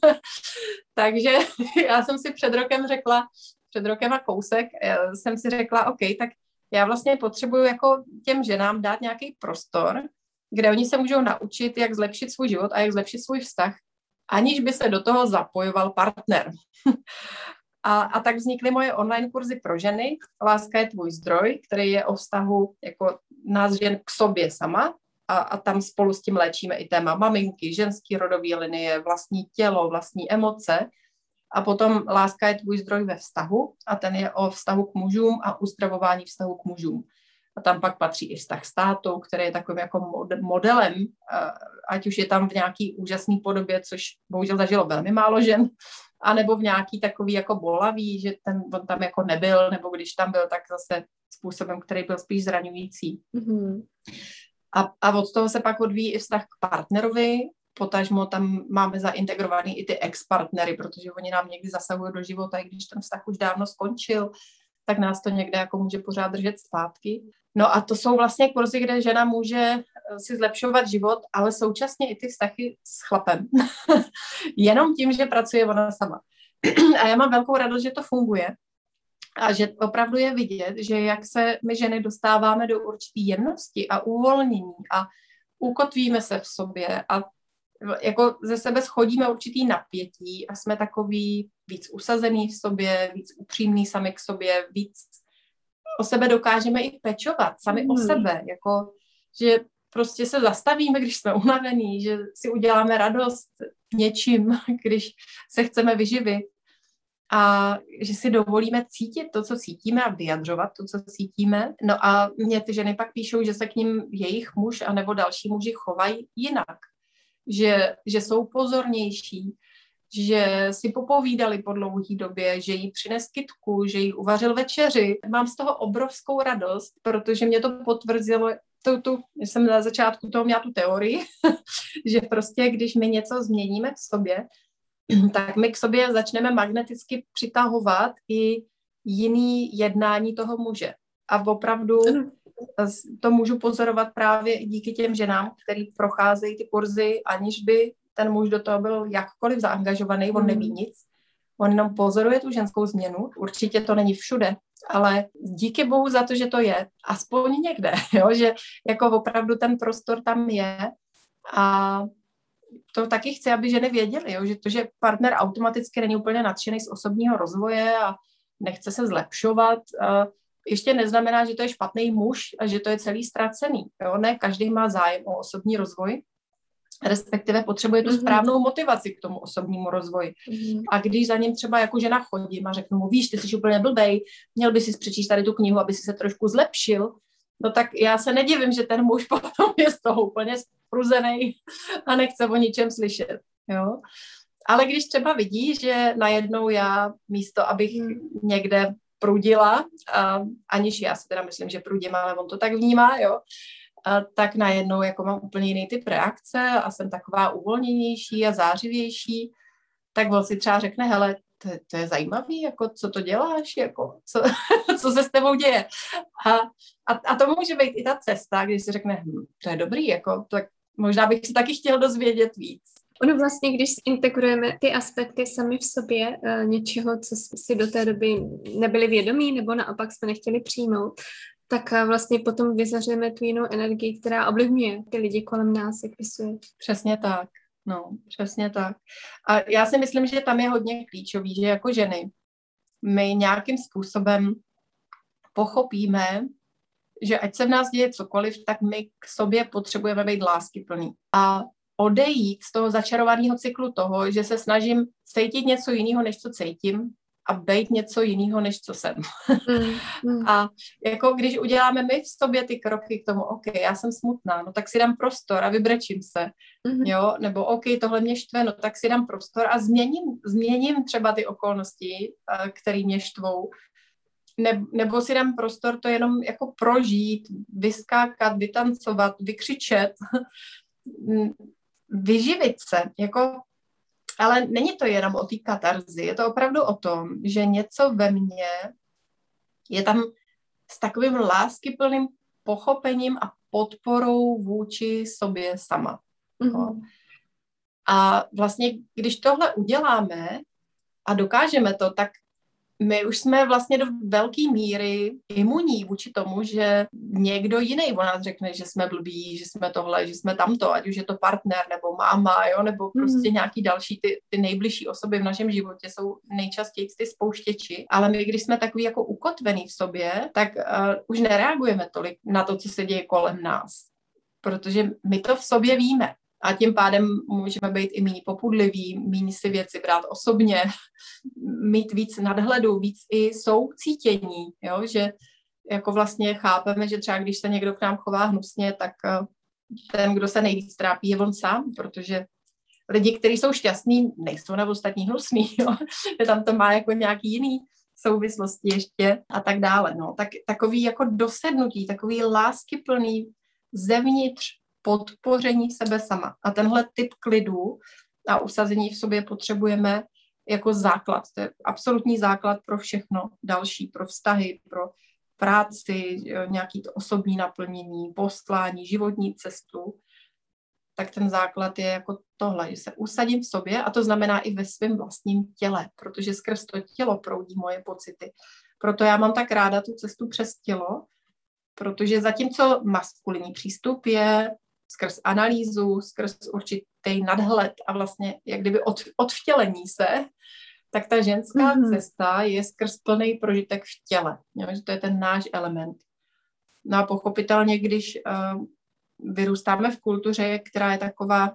Takže já jsem si před rokem a kousek, jsem si řekla, OK, tak já vlastně potřebuju jako těm ženám dát nějaký prostor, kde oni se můžou naučit, jak zlepšit svůj život a jak zlepšit svůj vztah, aniž by se do toho zapojoval partner. A tak vznikly moje online kurzy pro ženy. Láska je tvůj zdroj, který je o vztahu jako nás žen k sobě sama. A tam spolu s tím léčíme i téma maminky, ženský rodový linie, vlastní tělo, vlastní emoce. A potom láska je tvůj zdroj ve vztahu a ten je o vztahu k mužům a uzdravování vztahu k mužům. A tam pak patří i vztah s tátou, který je takovým jako modelem, ať už je tam v nějaký úžasný podobě, což bohužel zažilo velmi málo žen, anebo v nějaký takový jako bolavý, že on tam jako nebyl, nebo když tam byl, tak zase způsobem, který byl spíš zraňující. Mm-hmm. A od toho se pak odvíjí i vztah k partnerovi, potažmo tam máme zaintegrovaný i ty ex-partnery, protože oni nám někdy zasahují do života, i když ten vztah už dávno skončil, tak nás to někde jako může pořád držet zpátky. No a to jsou vlastně kurzy, kde žena může si zlepšovat život, ale současně i ty vztahy s chlapem. Jenom tím, že pracuje ona sama. A já mám velkou radost, že to funguje a že opravdu je vidět, že jak se my ženy dostáváme do určité jemnosti a uvolnění a ukotvíme se v sobě a jako ze sebe schodíme určitý napětí a jsme takový víc usazený v sobě, víc upřímný sami k sobě, víc o sebe dokážeme i pečovat, sami o sebe, jako, že prostě se zastavíme, když jsme unavení, že si uděláme radost něčím, když se chceme vyživit a že si dovolíme cítit to, co cítíme a vyjadřovat to, co cítíme. No a mě ty ženy pak píšou, že se k ním jejich muž anebo další muži chovají jinak. Že jsou pozornější, že si popovídali po dlouhé době, že jí přines kytku, že jí uvařil večeři. Mám z toho obrovskou radost, protože mě to potvrzilo, jsem na začátku toho měla tu teorii, že prostě když my něco změníme v sobě, tak my k sobě začneme magneticky přitahovat i jiný jednání toho muže. A opravdu to můžu pozorovat právě i díky těm ženám, který procházejí ty kurzy, aniž by ten muž do toho byl jakkoliv zaangažovaný, on neví nic. On jenom pozoruje tu ženskou změnu. Určitě to není všude, ale díky Bohu za to, že to je, aspoň někde, jo? Že jako opravdu ten prostor tam je. A to taky chci, aby ženy věděly, jo? Že to, že partner automaticky není úplně nadšený z osobního rozvoje a nechce se zlepšovat, ještě neznamená, že to je špatný muž a že to je celý ztracený. Jo? Ne, každý má zájem o osobní rozvoj, respektive potřebuje tu správnou motivaci k tomu osobnímu rozvoji. A když za ním třeba jako žena chodím a řeknu mu, víš, ty jsi úplně blbej, měl by si přečíst tady tu knihu, aby si se trošku zlepšil, no tak já se nedivím, že ten muž potom je z toho úplně spruzený a nechce o ničem slyšet. Jo? Ale když třeba vidí, že najednou já místo, abych někde prudila, aniž já si teda myslím, že prudím, ale on to tak vnímá, jo, tak najednou jako mám úplně jiný typ reakce a jsem taková uvolněnější a zářivější, tak on si třeba řekne, hele, to je zajímavý, jako co to děláš, jako co se s tebou děje. A to může být i ta cesta, když si řekne, to je dobrý, jako, tak možná bych si taky chtěl dozvědět víc. Ono vlastně, když integrujeme ty aspekty sami v sobě, něčeho, co si do té doby nebyli vědomí, nebo naopak jsme nechtěli přijmout, tak vlastně potom vyzařujeme tu jinou energii, která ovlivňuje ty lidi kolem nás, jak vysvět. Přesně tak. No, přesně tak. A já si myslím, že tam je hodně klíčový, že jako ženy my nějakým způsobem pochopíme, že ať se v nás děje cokoliv, tak my k sobě potřebujeme být láskyplný. A odejít z toho začarovaného cyklu toho, že se snažím cítit něco jiného, než co cítím, a být něco jiného, než co jsem. A jako když uděláme my v sobě ty kroky k tomu, OK, já jsem smutná, no tak si dám prostor a vybrečím se, jo, nebo OK, tohle mě štve, no tak si dám prostor a změním třeba ty okolnosti, které mě štvou, nebo si dám prostor to jenom jako prožít, vyskákat, vytancovat, vykřičet, vyživit se, jako. Ale není to jenom o té katarzi, je to opravdu o tom, že něco ve mně je tam s takovým láskyplným pochopením a podporou vůči sobě sama. A vlastně, když tohle uděláme a dokážeme to, tak my už jsme vlastně do velké míry imunní vůči tomu, že někdo jiný o nás řekne, že jsme blbí, že jsme tohle, že jsme tamto, ať už je to partner, nebo máma, jo, nebo prostě nějaký další, ty nejbližší osoby v našem životě jsou nejčastěji ty spouštěči, ale my, když jsme takový jako ukotvený v sobě, tak už nereagujeme tolik na to, co se děje kolem nás, protože my to v sobě víme. A tím pádem můžeme být i méně popudliví, méně si věci brát osobně, mít víc nadhledu, víc i soucítění, jo? Že jako vlastně chápeme, že třeba když se někdo k nám chová hnusně, tak ten, kdo se nejvíc trápí, je on sám, protože lidi, kteří jsou šťastní, nejsou na ostatní hnusný, jo? Že tam to má jako nějaký jiný souvislosti ještě a tak dále. No. Tak, takový jako dosednutí, takový láskyplný zevnitř podpoření sebe sama. A tenhle typ klidu a usazení v sobě potřebujeme jako základ. To je absolutní základ pro všechno další, pro vztahy, pro práci, nějaké to osobní naplnění, poslání, životní cestu. Tak ten základ je jako tohle, že se usadím v sobě a to znamená i ve svém vlastním těle, protože skrz to tělo proudí moje pocity. Proto já mám tak ráda tu cestu přes tělo, protože zatímco maskulinní přístup je skrz analýzu, skrz určitý nadhled a vlastně jak kdyby odvtělení se, tak ta ženská cesta je skrz plný prožitek v těle. Jo? Že to je ten náš element. No a pochopitelně, když vyrůstáme v kultuře, která je taková,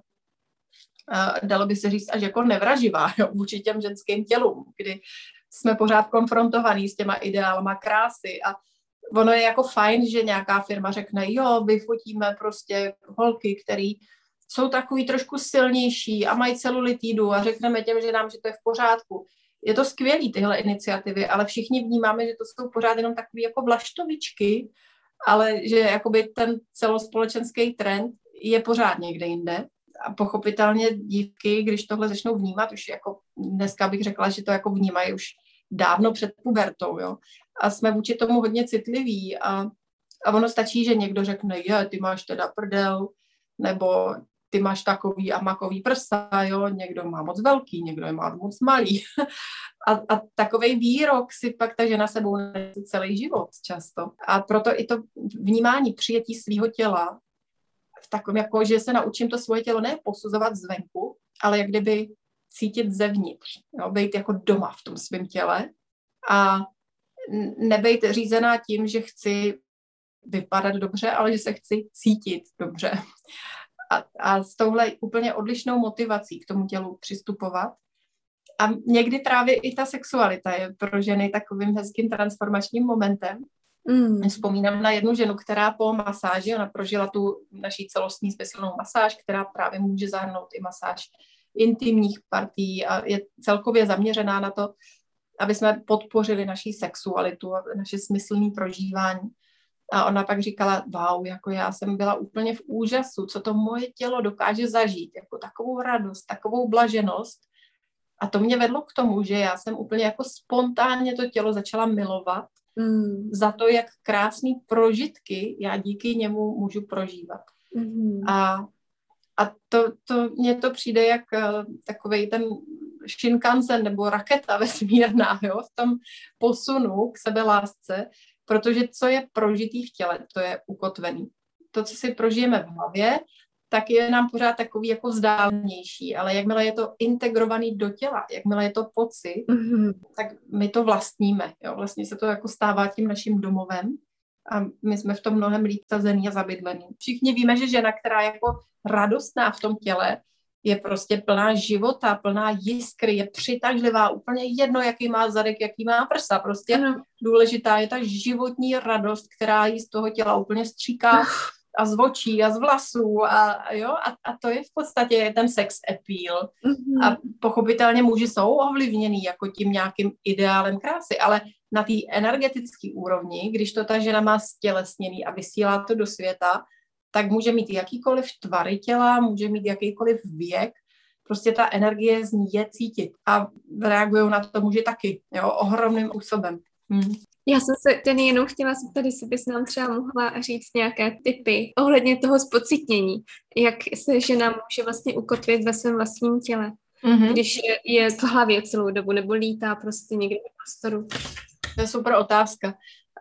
dalo by se říct, až jako nevraživá, jo, vůči těm ženským tělům, kdy jsme pořád konfrontovaní s těma ideálama krásy a ono je jako fajn, že nějaká firma řekne, jo, vyfotíme prostě holky, který jsou takový trošku silnější a mají celulitidu a řekneme těm ženám, že to je v pořádku. Je to skvělý, tyhle iniciativy, ale všichni vnímáme, že to jsou pořád jenom takový jako vlaštovičky, ale že jakoby ten celospolečenský trend je pořád někde jinde. A pochopitelně dívky, když tohle začnou vnímat, už jako dneska bych řekla, že to jako vnímají už dávno před pubertou, jo. A jsme vůči tomu hodně citliví a ono stačí, že někdo řekne, ty máš teda prdel, nebo ty máš takový a makový prsa, jo, někdo má moc velký, někdo je má moc malý. A takovej výrok si pak ta žena sebou nese celý život často. A proto i to vnímání, přijetí svého těla v takovém, jako, že se naučím to svoje tělo ne posuzovat zvenku, ale jak kdyby cítit zevnitř, jo, být jako doma v tom svém těle a nebejt řízená tím, že chci vypadat dobře, ale že se chci cítit dobře. A s touhle úplně odlišnou motivací k tomu tělu přistupovat. A někdy právě i ta sexualita je pro ženy takovým hezkým transformačním momentem. Vzpomínám na jednu ženu, která po masáži, ona prožila tu naší celostní smyslnou masáž, která právě může zahrnout i masáž intimních partií a je celkově zaměřená na to, aby jsme podpořili naši sexualitu a naše smyslné prožívání. A ona pak říkala, wow, jako já jsem byla úplně v úžasu, co to moje tělo dokáže zažít, jako takovou radost, takovou blaženost. A to mě vedlo k tomu, že já jsem úplně jako spontánně to tělo začala milovat za to, jak krásný prožitky já díky němu můžu prožívat. A mně to přijde jak takovej ten Shinkansen nebo raketa vesmírná, jo, v tom posunu k sebelásce, protože co je prožitý v těle, to je ukotvený. To, co si prožijeme v hlavě, tak je nám pořád takový jako vzdálenější, ale jakmile je to integrovaný do těla, jakmile je to pocit, tak my to vlastníme. Jo? Vlastně se to jako stává tím naším domovem a my jsme v tom mnohem líp sazený a zabydlený. Všichni víme, že žena, která je jako radostná v tom těle, je prostě plná života, plná jiskry, je přitažlivá, úplně jedno, jaký má zadek, jaký má prsa. Prostě důležitá je ta životní radost, která jí z toho těla úplně stříká a z očí a z vlasů a to je v podstatě ten sex appeal. A pochopitelně muži jsou ovlivněný jako tím nějakým ideálem krásy, ale na té energetické úrovni, když to ta žena má stělesněný a vysílá to do světa, tak může mít jakýkoliv tvary těla, může mít jakýkoliv věk, prostě ta energie z ní je cítit a reagují na to muži taky, jo, ohromným způsobem. Já jsem se tedy jenom chtěla zeptat, jestli bys nám třeba mohla říct nějaké tipy ohledně toho zpocitnění, jak se žena může vlastně ukotvit ve svém vlastním těle, když je v hlavě celou dobu nebo lítá prostě někde v prostoru. To je super otázka.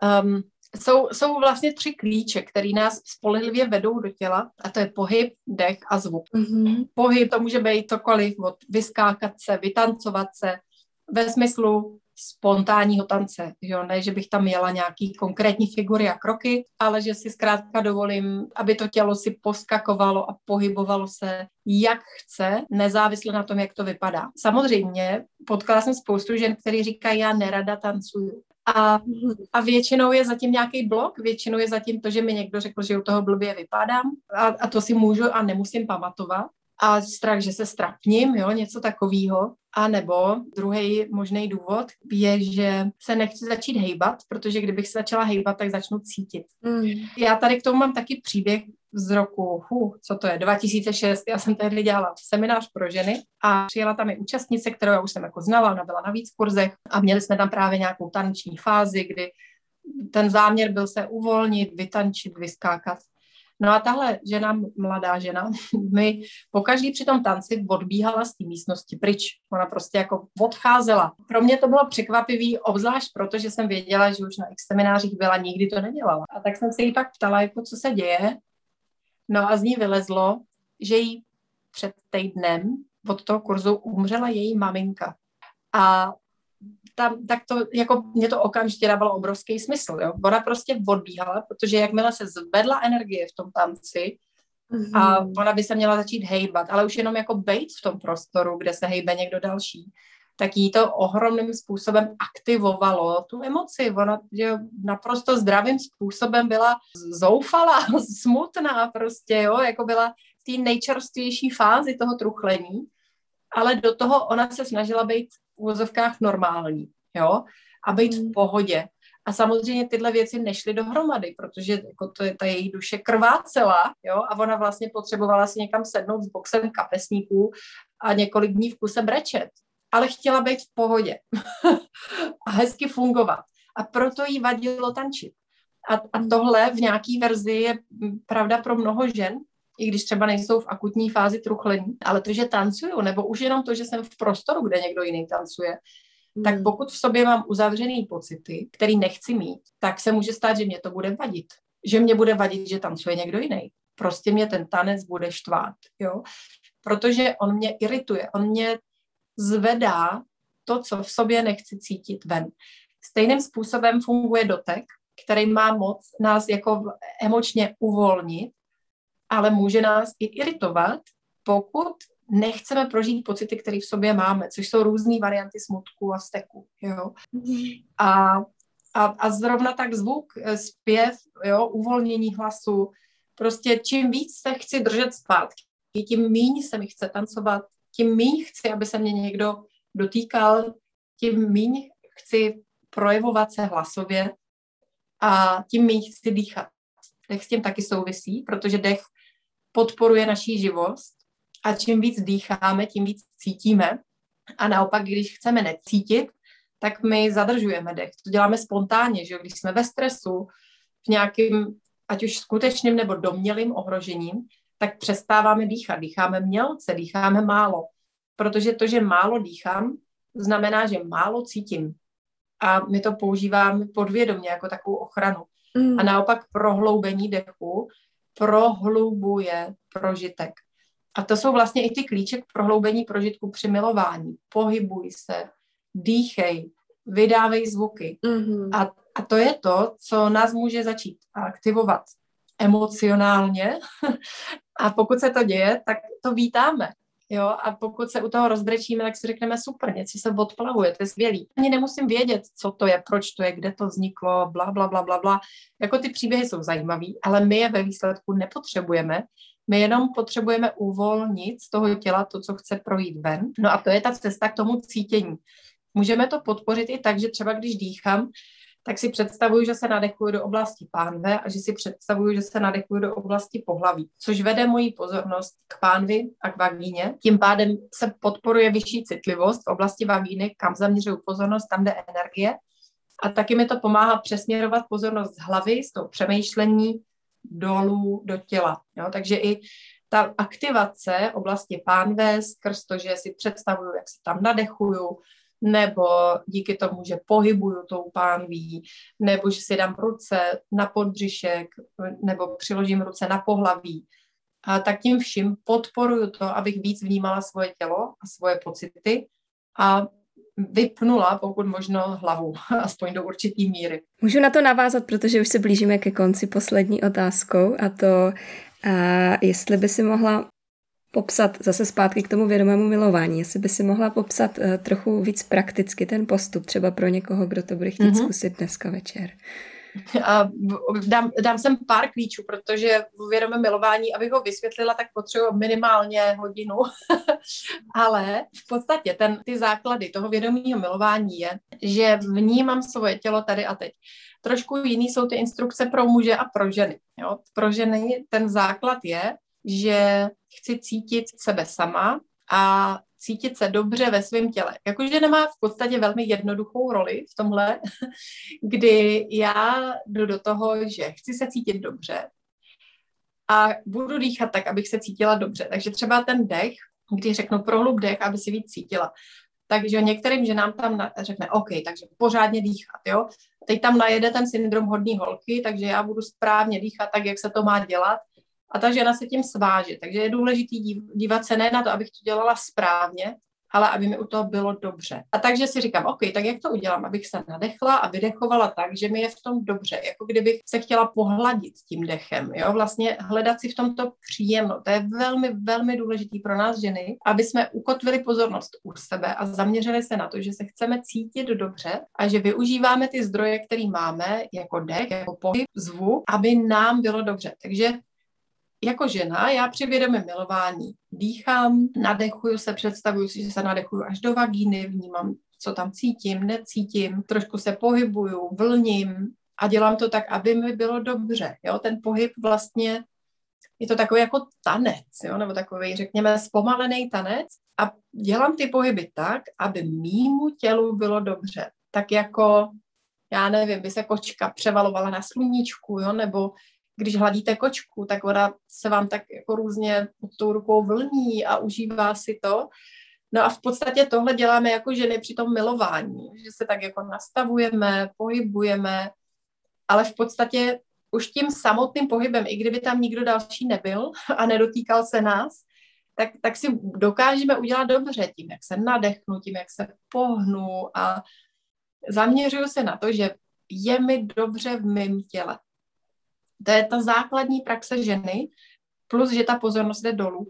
Jsou vlastně 3 klíče, které nás spolehlivě vedou do těla, a to je pohyb, dech a zvuk. Pohyb, to může být cokoliv, od vyskákat se, vytancovat se, ve smyslu spontánního tance, jo? Ne, že bych tam jela nějaký konkrétní figury a kroky, ale že si zkrátka dovolím, aby to tělo si poskakovalo a pohybovalo se, jak chce, nezávisle na tom, jak to vypadá. Samozřejmě potkala jsem spoustu žen, který říkají, já nerada tancuju. A většinou je zatím nějaký blok, většinou je zatím to, že mi někdo řekl, že u toho blbě vypadám a to si můžu a nemusím pamatovat. A strach, že se strapním, jo, něco takového. A nebo druhý možný důvod je, že se nechci začít hejbat, protože kdybych se začala hejbat, tak začnu cítit. Já tady k tomu mám taky příběh z roku, 2006, já jsem tehdy dělala seminář pro ženy a přijela tam i účastnice, kterou já už jsem jako znala, ona byla na víc kurzech a měli jsme tam právě nějakou taneční fázi, kdy ten záměr byl se uvolnit, vytančit, vyskákat. No a tahle žena, mladá žena, mi pokaždý při tom tanci odbíhala z té místnosti pryč. Ona prostě jako odcházela. Pro mě to bylo překvapivý, obzvlášť proto, že jsem věděla, že už na X seminářích byla, nikdy to nedělala. A tak jsem se jí pak ptala, jako co se děje. No a z ní vylezlo, že jí před týdnem od toho kurzu umřela její maminka. A tak to, jako mě to okamžitě dávalo obrovský smysl, jo. Ona prostě odbíhala, protože jakmile se zvedla energie v tom tanci a ona by se měla začít hejbat, ale už jenom jako bejt v tom prostoru, kde se hejbe někdo další, tak jí to ohromným způsobem aktivovalo tu emoci. Ona že naprosto zdravým způsobem byla zoufalá, smutná prostě, jo, jako byla v té nejčerstvější fázi toho truchlení, ale do toho ona se snažila být v úvozovkách normální, jo, a být v pohodě. A samozřejmě tyhle věci nešly dohromady, protože jako ta její duše krvácela, jo, a ona vlastně potřebovala si někam sednout s boxem kapesníků a několik dní v kuse brečet. Ale chtěla být v pohodě a hezky fungovat. A proto jí vadilo tančit. A tohle v nějaký verzi je pravda pro mnoho žen, i když třeba nejsou v akutní fázi truchlení, ale to, že tancuju, nebo už jenom to, že jsem v prostoru, kde někdo jiný tancuje, tak pokud v sobě mám uzavřený pocity, který nechci mít, tak se může stát, že mě to bude vadit. Že mě bude vadit, že tancuje někdo jiný. Prostě mě ten tanec bude štvát, jo? Protože on mě irituje, on mě zvedá to, co v sobě nechci cítit ven. Stejným způsobem funguje dotek, který má moc nás jako emočně uvolnit, ale může nás i iritovat, pokud nechceme prožít pocity, které v sobě máme, což jsou různé varianty smutku a vzteku. Jo? A zrovna tak zvuk, zpěv, jo? Uvolnění hlasu. Prostě čím víc se chci držet zpátky, tím míň se mi chce tancovat, tím míň chci, aby se mě někdo dotýkal, tím míň chci projevovat se hlasově a tím míň chci dýchat. Dech s tím taky souvisí, protože dech podporuje naší živost a čím víc dýcháme, tím víc cítíme. A naopak, když chceme necítit, tak my zadržujeme dech. To děláme spontánně, že když jsme ve stresu, v nějakým, ať už skutečným nebo domnělým ohrožením, tak přestáváme dýchat. Dýcháme mělce, dýcháme málo. Protože to, že málo dýchám, znamená, že málo cítím. A my to používáme podvědomě jako takovou ochranu. A naopak prohloubení dechu prohlubuje prožitek. A to jsou vlastně i ty klíče k prohloubení prožitku při milování. Pohybuj se, dýchej, vydávej zvuky. A to je to, co nás může začít aktivovat emocionálně. A pokud se to děje, tak to vítáme. Jo? A pokud se u toho rozbrečíme, tak si řekneme super, něco se odplavuje, to je skvělý. Ani nemusím vědět, co to je, proč to je, kde to vzniklo, bla, bla, bla, bla, bla. Jako ty příběhy jsou zajímavý, ale my je ve výsledku nepotřebujeme. My jenom potřebujeme uvolnit z toho těla to, co chce projít ven. No a to je ta cesta k tomu cítění. Můžeme to podpořit i tak, že třeba když dýchám, tak si představuju, že se nadechuju do oblasti pánve a že si představuju, že se nadechuju do oblasti pohlaví, což vede moji pozornost k pánvi a k vagíně. Tím pádem se podporuje vyšší citlivost v oblasti vagíny, kam zaměřuju pozornost, tam jde energie. A taky mi to pomáhá přesměrovat pozornost z hlavy, z toho přemýšlení dolů do těla. Jo? Takže i ta aktivace oblasti pánve skrz to, že si představuju, jak se tam nadechuju, nebo díky tomu, že pohybuju tou pánví, nebo že si dám ruce na podbřišek, nebo přiložím ruce na pohlaví. A tak tím vším podporuju to, abych víc vnímala svoje tělo a svoje pocity a vypnula, pokud možno, hlavu, aspoň do určitý míry. Můžu na to navázat, protože už se blížíme ke konci poslední otázkou a to, jestli by si mohla popsat zase zpátky k tomu vědomému milování, jestli by si mohla popsat trochu víc prakticky ten postup, třeba pro někoho, kdo to bude chtít zkusit dneska večer. A dám sem pár klíčů, protože v vědomém milování, abych ho vysvětlila, tak potřebuji minimálně hodinu. Ale v podstatě ty základy toho vědomého milování je, že vnímám svoje tělo tady a teď. Trošku jiný jsou ty instrukce pro muže a pro ženy. Jo? Pro ženy ten základ je, že chci cítit sebe sama a cítit se dobře ve svém těle. Jakože nemá v podstatě velmi jednoduchou roli v tomhle, kdy já jdu do toho, že chci se cítit dobře a budu dýchat tak, abych se cítila dobře. Takže třeba ten dech, když řeknu prohlub dech, aby si víc cítila. Takže některým ženám tam řekne, OK, takže pořádně dýchat, jo. Teď tam najede ten syndrom hodný holky, takže já budu správně dýchat tak, jak se to má dělat. A ta žena se tím sváže. Takže je důležité dívat se ne na to, abych to dělala správně, ale aby mi u toho bylo dobře. A takže si říkám, OK, tak jak to udělám, abych se nadechla a vydechovala tak, že mi je v tom dobře, jako kdybych se chtěla pohladit tím dechem, jo, vlastně hledat si v tomto příjemno. To je velmi, velmi důležitý pro nás ženy, aby jsme ukotvili pozornost u sebe a zaměřili se na to, že se chceme cítit dobře a že využíváme ty zdroje, které máme, jako dech, jako pohyb, zvuk, aby nám bylo dobře. Takže jako žena, já při vědomém milování dýchám, nadechuju se, představuju si, že se nadechuju až do vagíny, vnímám co tam cítím, necítím, trošku se pohybuju, vlním a dělám to tak, aby mi bylo dobře. Jo? Ten pohyb vlastně je to takový jako tanec, jo? Nebo takový, řekněme, zpomalený tanec a dělám ty pohyby tak, aby mýmu tělu bylo dobře. Tak jako, já nevím, by se kočka převalovala na sluníčku, jo? Nebo když hladíte kočku, tak ona se vám tak jako různě pod tou rukou vlní a užívá si to. No a v podstatě tohle děláme jako ženy při tom milování, že se tak jako nastavujeme, pohybujeme, ale v podstatě už tím samotným pohybem, i kdyby tam nikdo další nebyl a nedotýkal se nás, tak si dokážeme udělat dobře tím, jak se nadechnu, tím, jak se pohnu a zaměřuju se na to, že je mi dobře v mém těle. To je ta základní praxe ženy, plus, že ta pozornost jde dolů,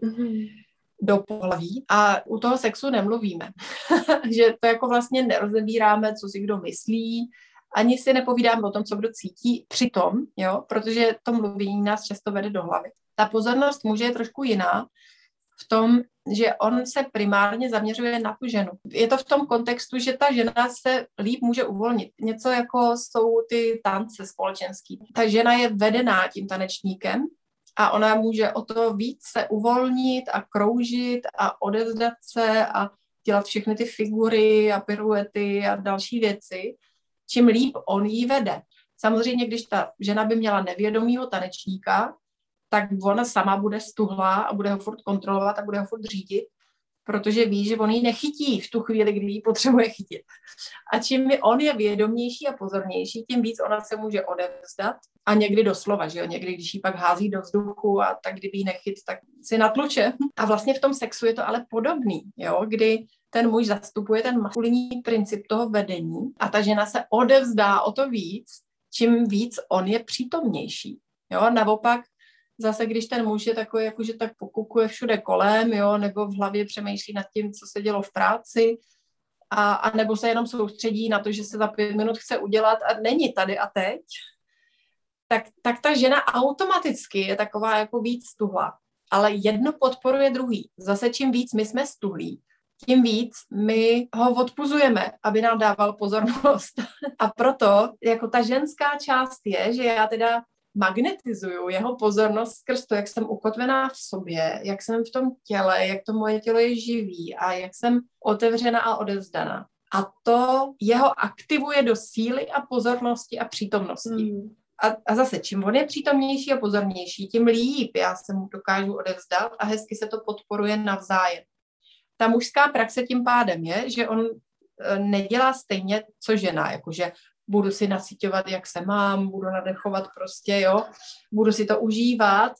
do pohlaví a u toho sexu nemluvíme. Že to jako vlastně nerozebíráme, co si kdo myslí, ani si nepovídáme o tom, co kdo cítí přitom, jo, protože to mluvění nás často vede do hlavy. Ta pozornost muže je trošku jiná v tom, že on se primárně zaměřuje na tu ženu. Je to v tom kontextu, že ta žena se líp může uvolnit. Něco jako jsou ty tance společenský. Ta žena je vedená tím tanečníkem a ona může o to víc se uvolnit a kroužit a odevzdat se a dělat všechny ty figury a piruety a další věci, čím líp on jí vede. Samozřejmě, když ta žena by měla nevědomýho tanečníka, tak ona sama bude stuhlá a bude ho furt kontrolovat a bude ho furt řídit, protože ví, že on ji nechytí v tu chvíli, kdy ji potřebuje chytit. A čím on je vědomější a pozornější, tím víc ona se může odevzdat a někdy doslova, že jo, někdy, když ji pak hází do vzduchu a tak kdyby ji nechyt, tak si natluče. A vlastně v tom sexu je to ale podobný, jo, kdy ten muž zastupuje ten maskulinní princip toho vedení a ta žena se odevzdá o to víc, čím víc on je přítomnější. Jo, naopak zase, když ten muž je takový, jakože tak pokukuje všude kolem, jo, nebo v hlavě přemýšlí nad tím, co se dělo v práci, a nebo se jenom soustředí na to, že se za 5 minut chce udělat a není tady a teď, tak ta žena automaticky je taková jako víc stuhlá. Ale jedno podporuje druhý. Zase čím víc my jsme stuhlí, tím víc my ho odpuzujeme, aby nám dával pozornost. A proto jako ta ženská část je, že já teda magnetizuju jeho pozornost skrz to, jak jsem ukotvená v sobě, jak jsem v tom těle, jak to moje tělo je živý a jak jsem otevřená a odevzdaná. A to jeho aktivuje do síly a pozornosti a přítomnosti. A zase, čím on je přítomnější a pozornější, tím líp já se mu dokážu odevzdat a hezky se to podporuje navzájem. Ta mužská praxe tím pádem je, že on nedělá stejně, co žena, jakože budu si nasyťovat, jak se mám, budu nadechovat prostě, jo, budu si to užívat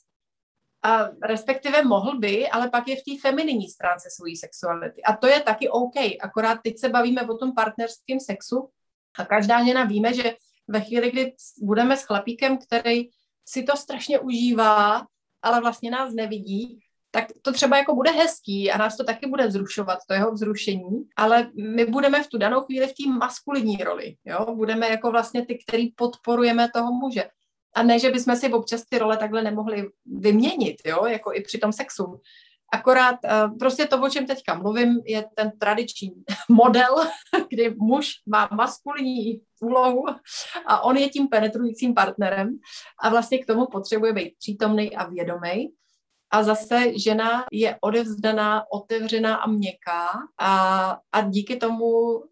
a respektive mohl by, ale pak je v té femininní stránce svojí sexuality. A to je taky OK, akorát teď se bavíme o tom partnerském sexu a každá žena víme, že ve chvíli, kdy budeme s chlapíkem, který si to strašně užívá, ale vlastně nás nevidí, tak to třeba jako bude hezký a nás to taky bude vzrušovat, to jeho vzrušení, ale my budeme v tu danou chvíli v té maskulinní roli, jo? Budeme jako vlastně ty, který podporujeme toho muže. A ne, že bychom si občas ty role takhle nemohli vyměnit, jo? Jako i při tom sexu. Akorát prostě to, o čem teďka mluvím, je ten tradiční model, kdy muž má maskulinní úlohu a on je tím penetrujícím partnerem a vlastně k tomu potřebuje být přítomný a vědomý. A zase žena je odevzdaná, otevřená a měkká a díky tomu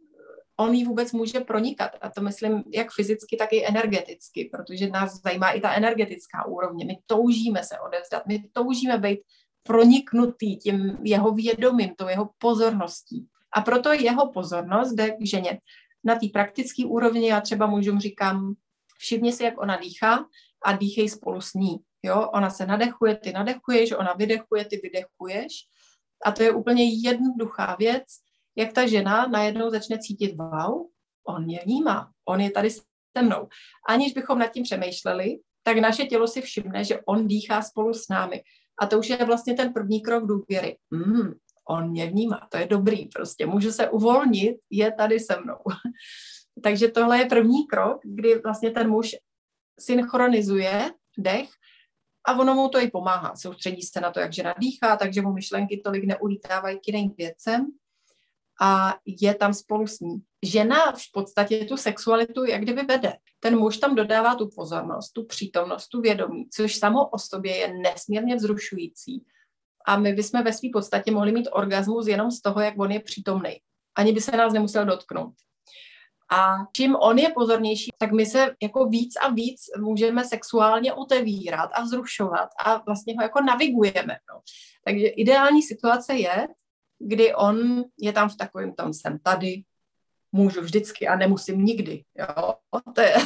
on jí vůbec může pronikat. A to myslím jak fyzicky, tak i energeticky, protože nás zajímá i ta energetická úroveň. My toužíme se odevzdat, my toužíme být proniknutý tím jeho vědomím, tou jeho pozorností. A proto jeho pozornost jde k ženě. Na té praktické úrovni já třeba mužům říkám, všimni si, jak ona dýchá a dýchej spolu s ní. Jo, ona se nadechuje, ty nadechuješ, ona vydechuje, ty vydechuješ. A to je úplně jednoduchá věc, jak ta žena najednou začne cítit, wow, on mě vnímá, on je tady se mnou. Aniž bychom nad tím přemýšleli, tak naše tělo si všimne, že on dýchá spolu s námi. A to už je vlastně ten první krok důvěry. On mě vnímá, to je dobrý, prostě můžu se uvolnit, je tady se mnou. Takže tohle je první krok, kdy vlastně ten muž synchronizuje dech a ono mu to i pomáhá. Soustředí se na to, jak žena dýchá, takže mu myšlenky tolik neulítávají k jiným věcem. a je tam spolu s ní. Žena v podstatě tu sexualitu jak kdyby vede. Ten muž tam dodává tu pozornost, tu přítomnost, tu vědomí, což samo o sobě je nesmírně vzrušující. A my bychom ve své podstatě mohli mít orgasmus jenom z toho, jak on je přítomný. Ani by se nás nemusel dotknout. A čím on je pozornější, tak my se jako víc a víc můžeme sexuálně otevírat a vzrušovat a vlastně ho jako navigujeme. No. Takže ideální situace je, kdy on je tam v takovém tom jsem tady, můžu vždycky a nemusím nikdy. Jo? To je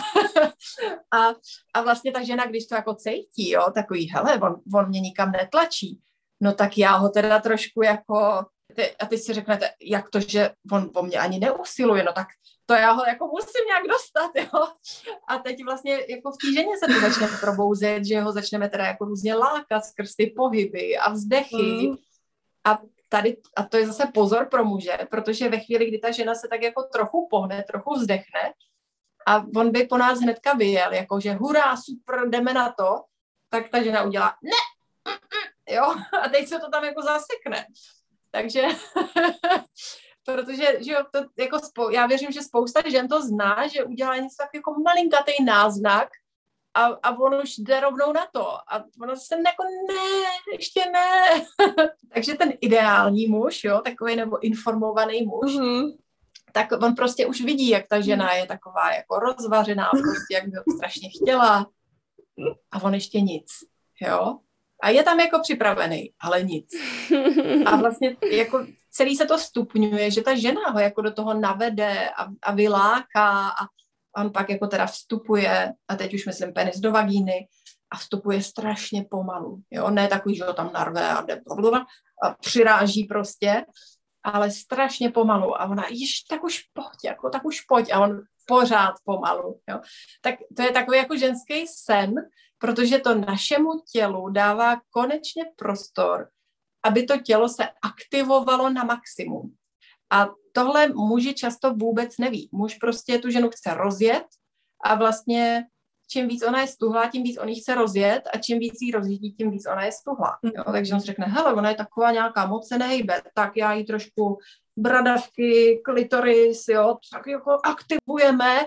a vlastně ta žena, když to jako cítí, jo, takový, hele, on mě nikam netlačí, no tak já ho teda trošku jako, a teď si řeknete, jak to, že on po mě ani neusiluje, no tak to já ho jako musím nějak dostat, jo. A teď vlastně jako v té ženě se to začne probouzet, že ho začneme teda jako různě lákat skrz ty pohyby a vzdechy. A to je zase pozor pro muže, protože ve chvíli, kdy ta žena se tak jako trochu pohne, trochu vzdechne a on by po nás hnedka vyjel, jako že hurá, super, jdeme na to, tak ta žena udělá ne, jo, a teď se to tam jako zasekne. Takže, protože že jo, to jako já věřím, že spousta žen to zná, že udělá něco tak jako malinkatý náznak a on už jde rovnou na to. A ono se jako ne, ještě ne. Takže ten ideální muž, jo, takový nebo informovaný muž, tak on prostě už vidí, jak ta žena je taková jako rozvařená, prostě jak by ho strašně chtěla. A on ještě nic, jo. A je tam jako připravený, ale nic. A vlastně jako celý se to stupňuje, že ta žena ho jako do toho navede a vyláká a on pak jako teda vstupuje, a teď už myslím penis do vagíny, a vstupuje strašně pomalu. Jo? Ne takový, že ho tam narve a jde a přiráží prostě, ale strašně pomalu. A ona, tak už pojď, jako, tak už pojď. A on pořád pomalu. Jo? Tak to je takový jako ženský sen, protože to našemu tělu dává konečně prostor, aby to tělo se aktivovalo na maximum. A tohle muži často vůbec neví. Muž prostě tu ženu chce rozjet a vlastně čím víc ona je stuhlá, tím víc on ji chce rozjet a čím víc jí rozjíždí, tím víc ona je stuhlá. Jo? Takže on si řekne, hele, ona je taková nějaká, moc se nehejbe, tak já jí trošku bradavky, klitoris, jo, tak jako aktivujeme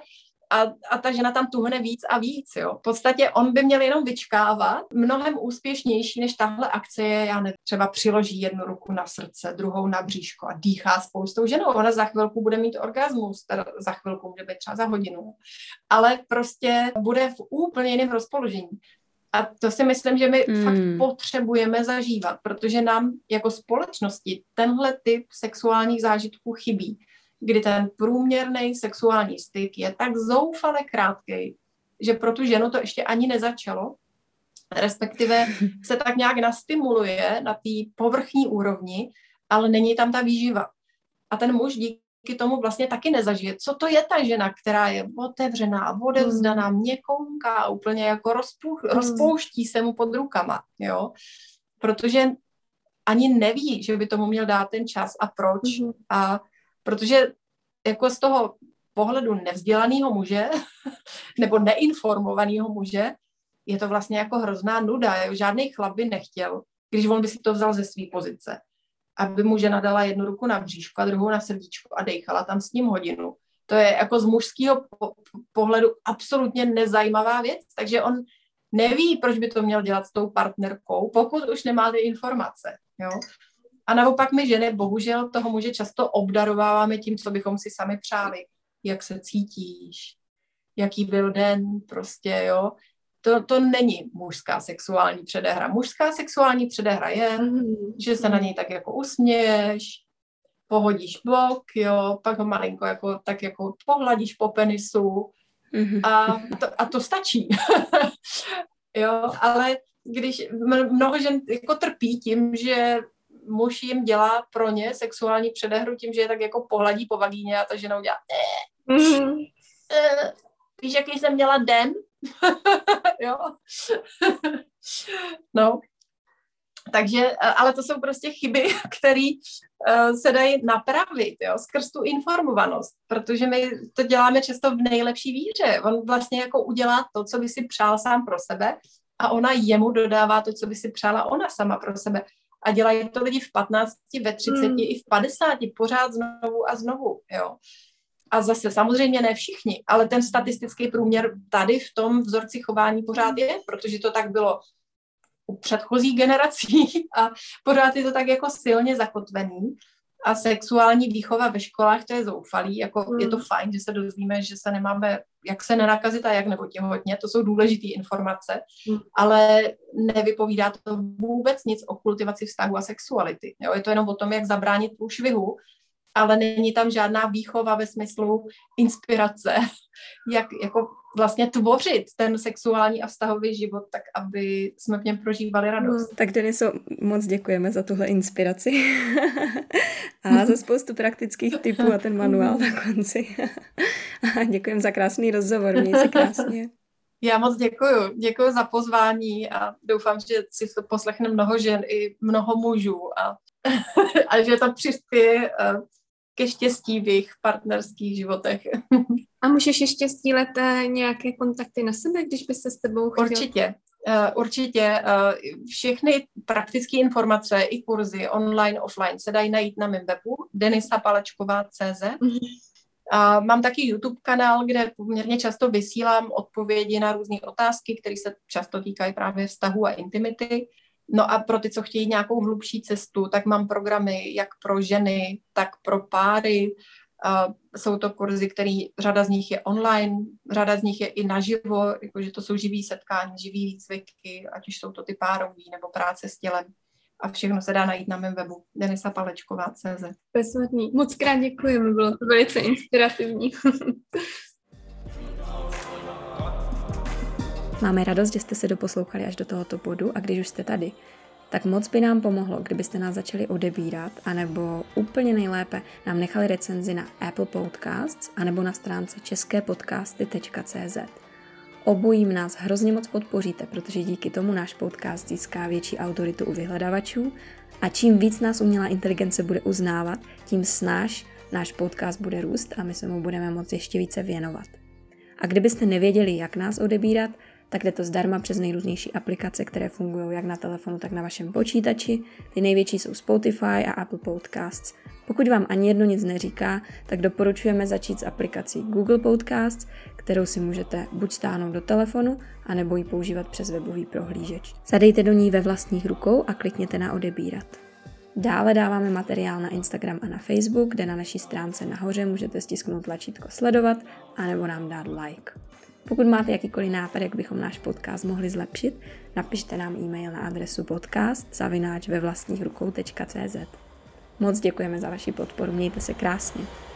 a ta žena tam tuhne víc a víc, jo. V podstatě on by měl jenom vyčkávat, mnohem úspěšnější než tahle akce je, já nevím, třeba přiloží jednu ruku na srdce, druhou na bříško a dýchá spolu s tou ženou. Ona za chvilku bude mít orgasmus, teda za chvilku může být třeba za hodinu, ale prostě bude v úplně jiném rozpoložení. A to si myslím, že my fakt potřebujeme zažívat, protože nám jako společnosti tenhle typ sexuálních zážitků chybí, kdy ten průměrný sexuální styk je tak zoufale krátkej, že pro tu ženu to ještě ani nezačalo, respektive se tak nějak nastimuluje na té povrchní úrovni, ale není tam ta výživa. A ten muž díky tomu vlastně taky nezažije. Co to je ta žena, která je otevřená, odevzdaná, měkouká, úplně jako rozpouští se mu pod rukama, jo? Protože ani neví, že by tomu měl dát ten čas a proč. A protože jako z toho pohledu nevzdělaného muže nebo neinformovaného muže je to vlastně jako hrozná nuda. Jo? Žádný chlap by nechtěl, když on by si to vzal ze své pozice, aby mu žena dala jednu ruku na bříšku a druhou na srdíčko a dejchala tam s ním hodinu. To je jako z mužského pohledu absolutně nezajímavá věc, takže on neví, proč by to měl dělat s tou partnerkou, pokud už nemá ty informace. Jo? A naopak my ženy bohužel toho muže často obdarováváme tím, co bychom si sami přáli. Jak se cítíš, jaký byl den, prostě, jo. To není mužská sexuální předehra. Mužská sexuální předehra je, že se na něj tak jako usměješ, pohodíš bok, jo, pak ho malinko jako, tak jako pohladíš po penisu a to stačí. Jo, ale když mnoho žen jako trpí tím, že muž jim dělá pro ně sexuální předehru tím, že je tak jako pohladí po vagíně a ta žena udělá víš, jaký jsem měla den? Jo? No. Takže, ale to jsou prostě chyby, které se dají napravit, jo, skrz tu informovanost, protože my to děláme často v nejlepší víře. On vlastně jako udělá to, co by si přál sám pro sebe a ona jemu dodává to, co by si přála ona sama pro sebe. a dělají to lidi v 15, ve 30, i v 50, pořád znovu a znovu, jo. A zase samozřejmě ne všichni, ale ten statistický průměr tady v tom vzorci chování pořád je, protože to tak bylo u předchozích generací a pořád je to tak jako silně zakotvený. A sexuální výchova ve školách, to je zoufalý, jako je to fajn, že se dozvíme, že se nemáme, jak se nenakazit a jak nebo těhotně, to jsou důležité informace, ale nevypovídá to vůbec nic o kultivaci vztahu a sexuality. Jo? Je to jenom o tom, jak zabránit průšvihu, ale není tam žádná výchova ve smyslu inspirace, jak jako vlastně tvořit ten sexuální a vztahový život tak, aby jsme v něm prožívali radost. Tak Deniso, moc děkujeme za tuhle inspiraci a za spoustu praktických tipů a ten manuál na konci. Děkujeme za krásný rozhovor, měj se krásně. Já moc děkuju za pozvání a doufám, že si to poslechne mnoho žen i mnoho mužů a že to přispěje ke štěstí v jejich partnerských životech. A můžeš ještě sdílet nějaké kontakty na sebe, když by se s tebou chtěl? Určitě. Všechny praktické informace i kurzy online, offline se dají najít na mém webu denisapalečková.cz. A mám taky YouTube kanál, kde poměrně často vysílám odpovědi na různé otázky, které se často týkají právě vztahu a intimity. No a pro ty, co chtějí nějakou hlubší cestu, tak mám programy jak pro ženy, tak pro páry. Jsou to kurzy, řada z nich je online, řada z nich je i naživo, jakože to jsou živý setkání, živý výcviky, ať už jsou to ty párový nebo práce s tělem. A všechno se dá najít na mém webu denisapalečková.cz. Bezvadný. Moc krát děkujeme, bylo to velice inspirativní. Máme radost, že jste se doposlouchali až do tohoto bodu a když už jste tady, tak moc by nám pomohlo, kdybyste nás začali odebírat, anebo úplně nejlépe nám nechali recenzi na Apple Podcasts, anebo na stránce česképodcasty.cz. Obojím nás hrozně moc podpoříte, protože díky tomu náš podcast získá větší autoritu u vyhledavačů a čím víc nás umělá inteligence bude uznávat, tím snáš náš podcast bude růst a my se mu budeme moct ještě více věnovat. A kdybyste nevěděli, jak nás odebírat, tak jde to zdarma přes nejrůznější aplikace, které fungují jak na telefonu, tak na vašem počítači. Ty největší jsou Spotify a Apple Podcasts. Pokud vám ani jedno nic neříká, tak doporučujeme začít s aplikací Google Podcasts, kterou si můžete buď stáhnout do telefonu, anebo ji používat přes webový prohlížeč. Zadejte do ní Ve vlastních rukou a klikněte na odebírat. Dále dáváme materiál na Instagram a na Facebook, kde na naší stránce nahoře můžete stisknout tlačítko sledovat, anebo nám dát like. Pokud máte jakýkoliv nápad, jak bychom náš podcast mohli zlepšit, napište nám e-mail na adresu podcast@vevlastnichrukou.cz. Moc děkujeme za vaši podporu, mějte se krásně.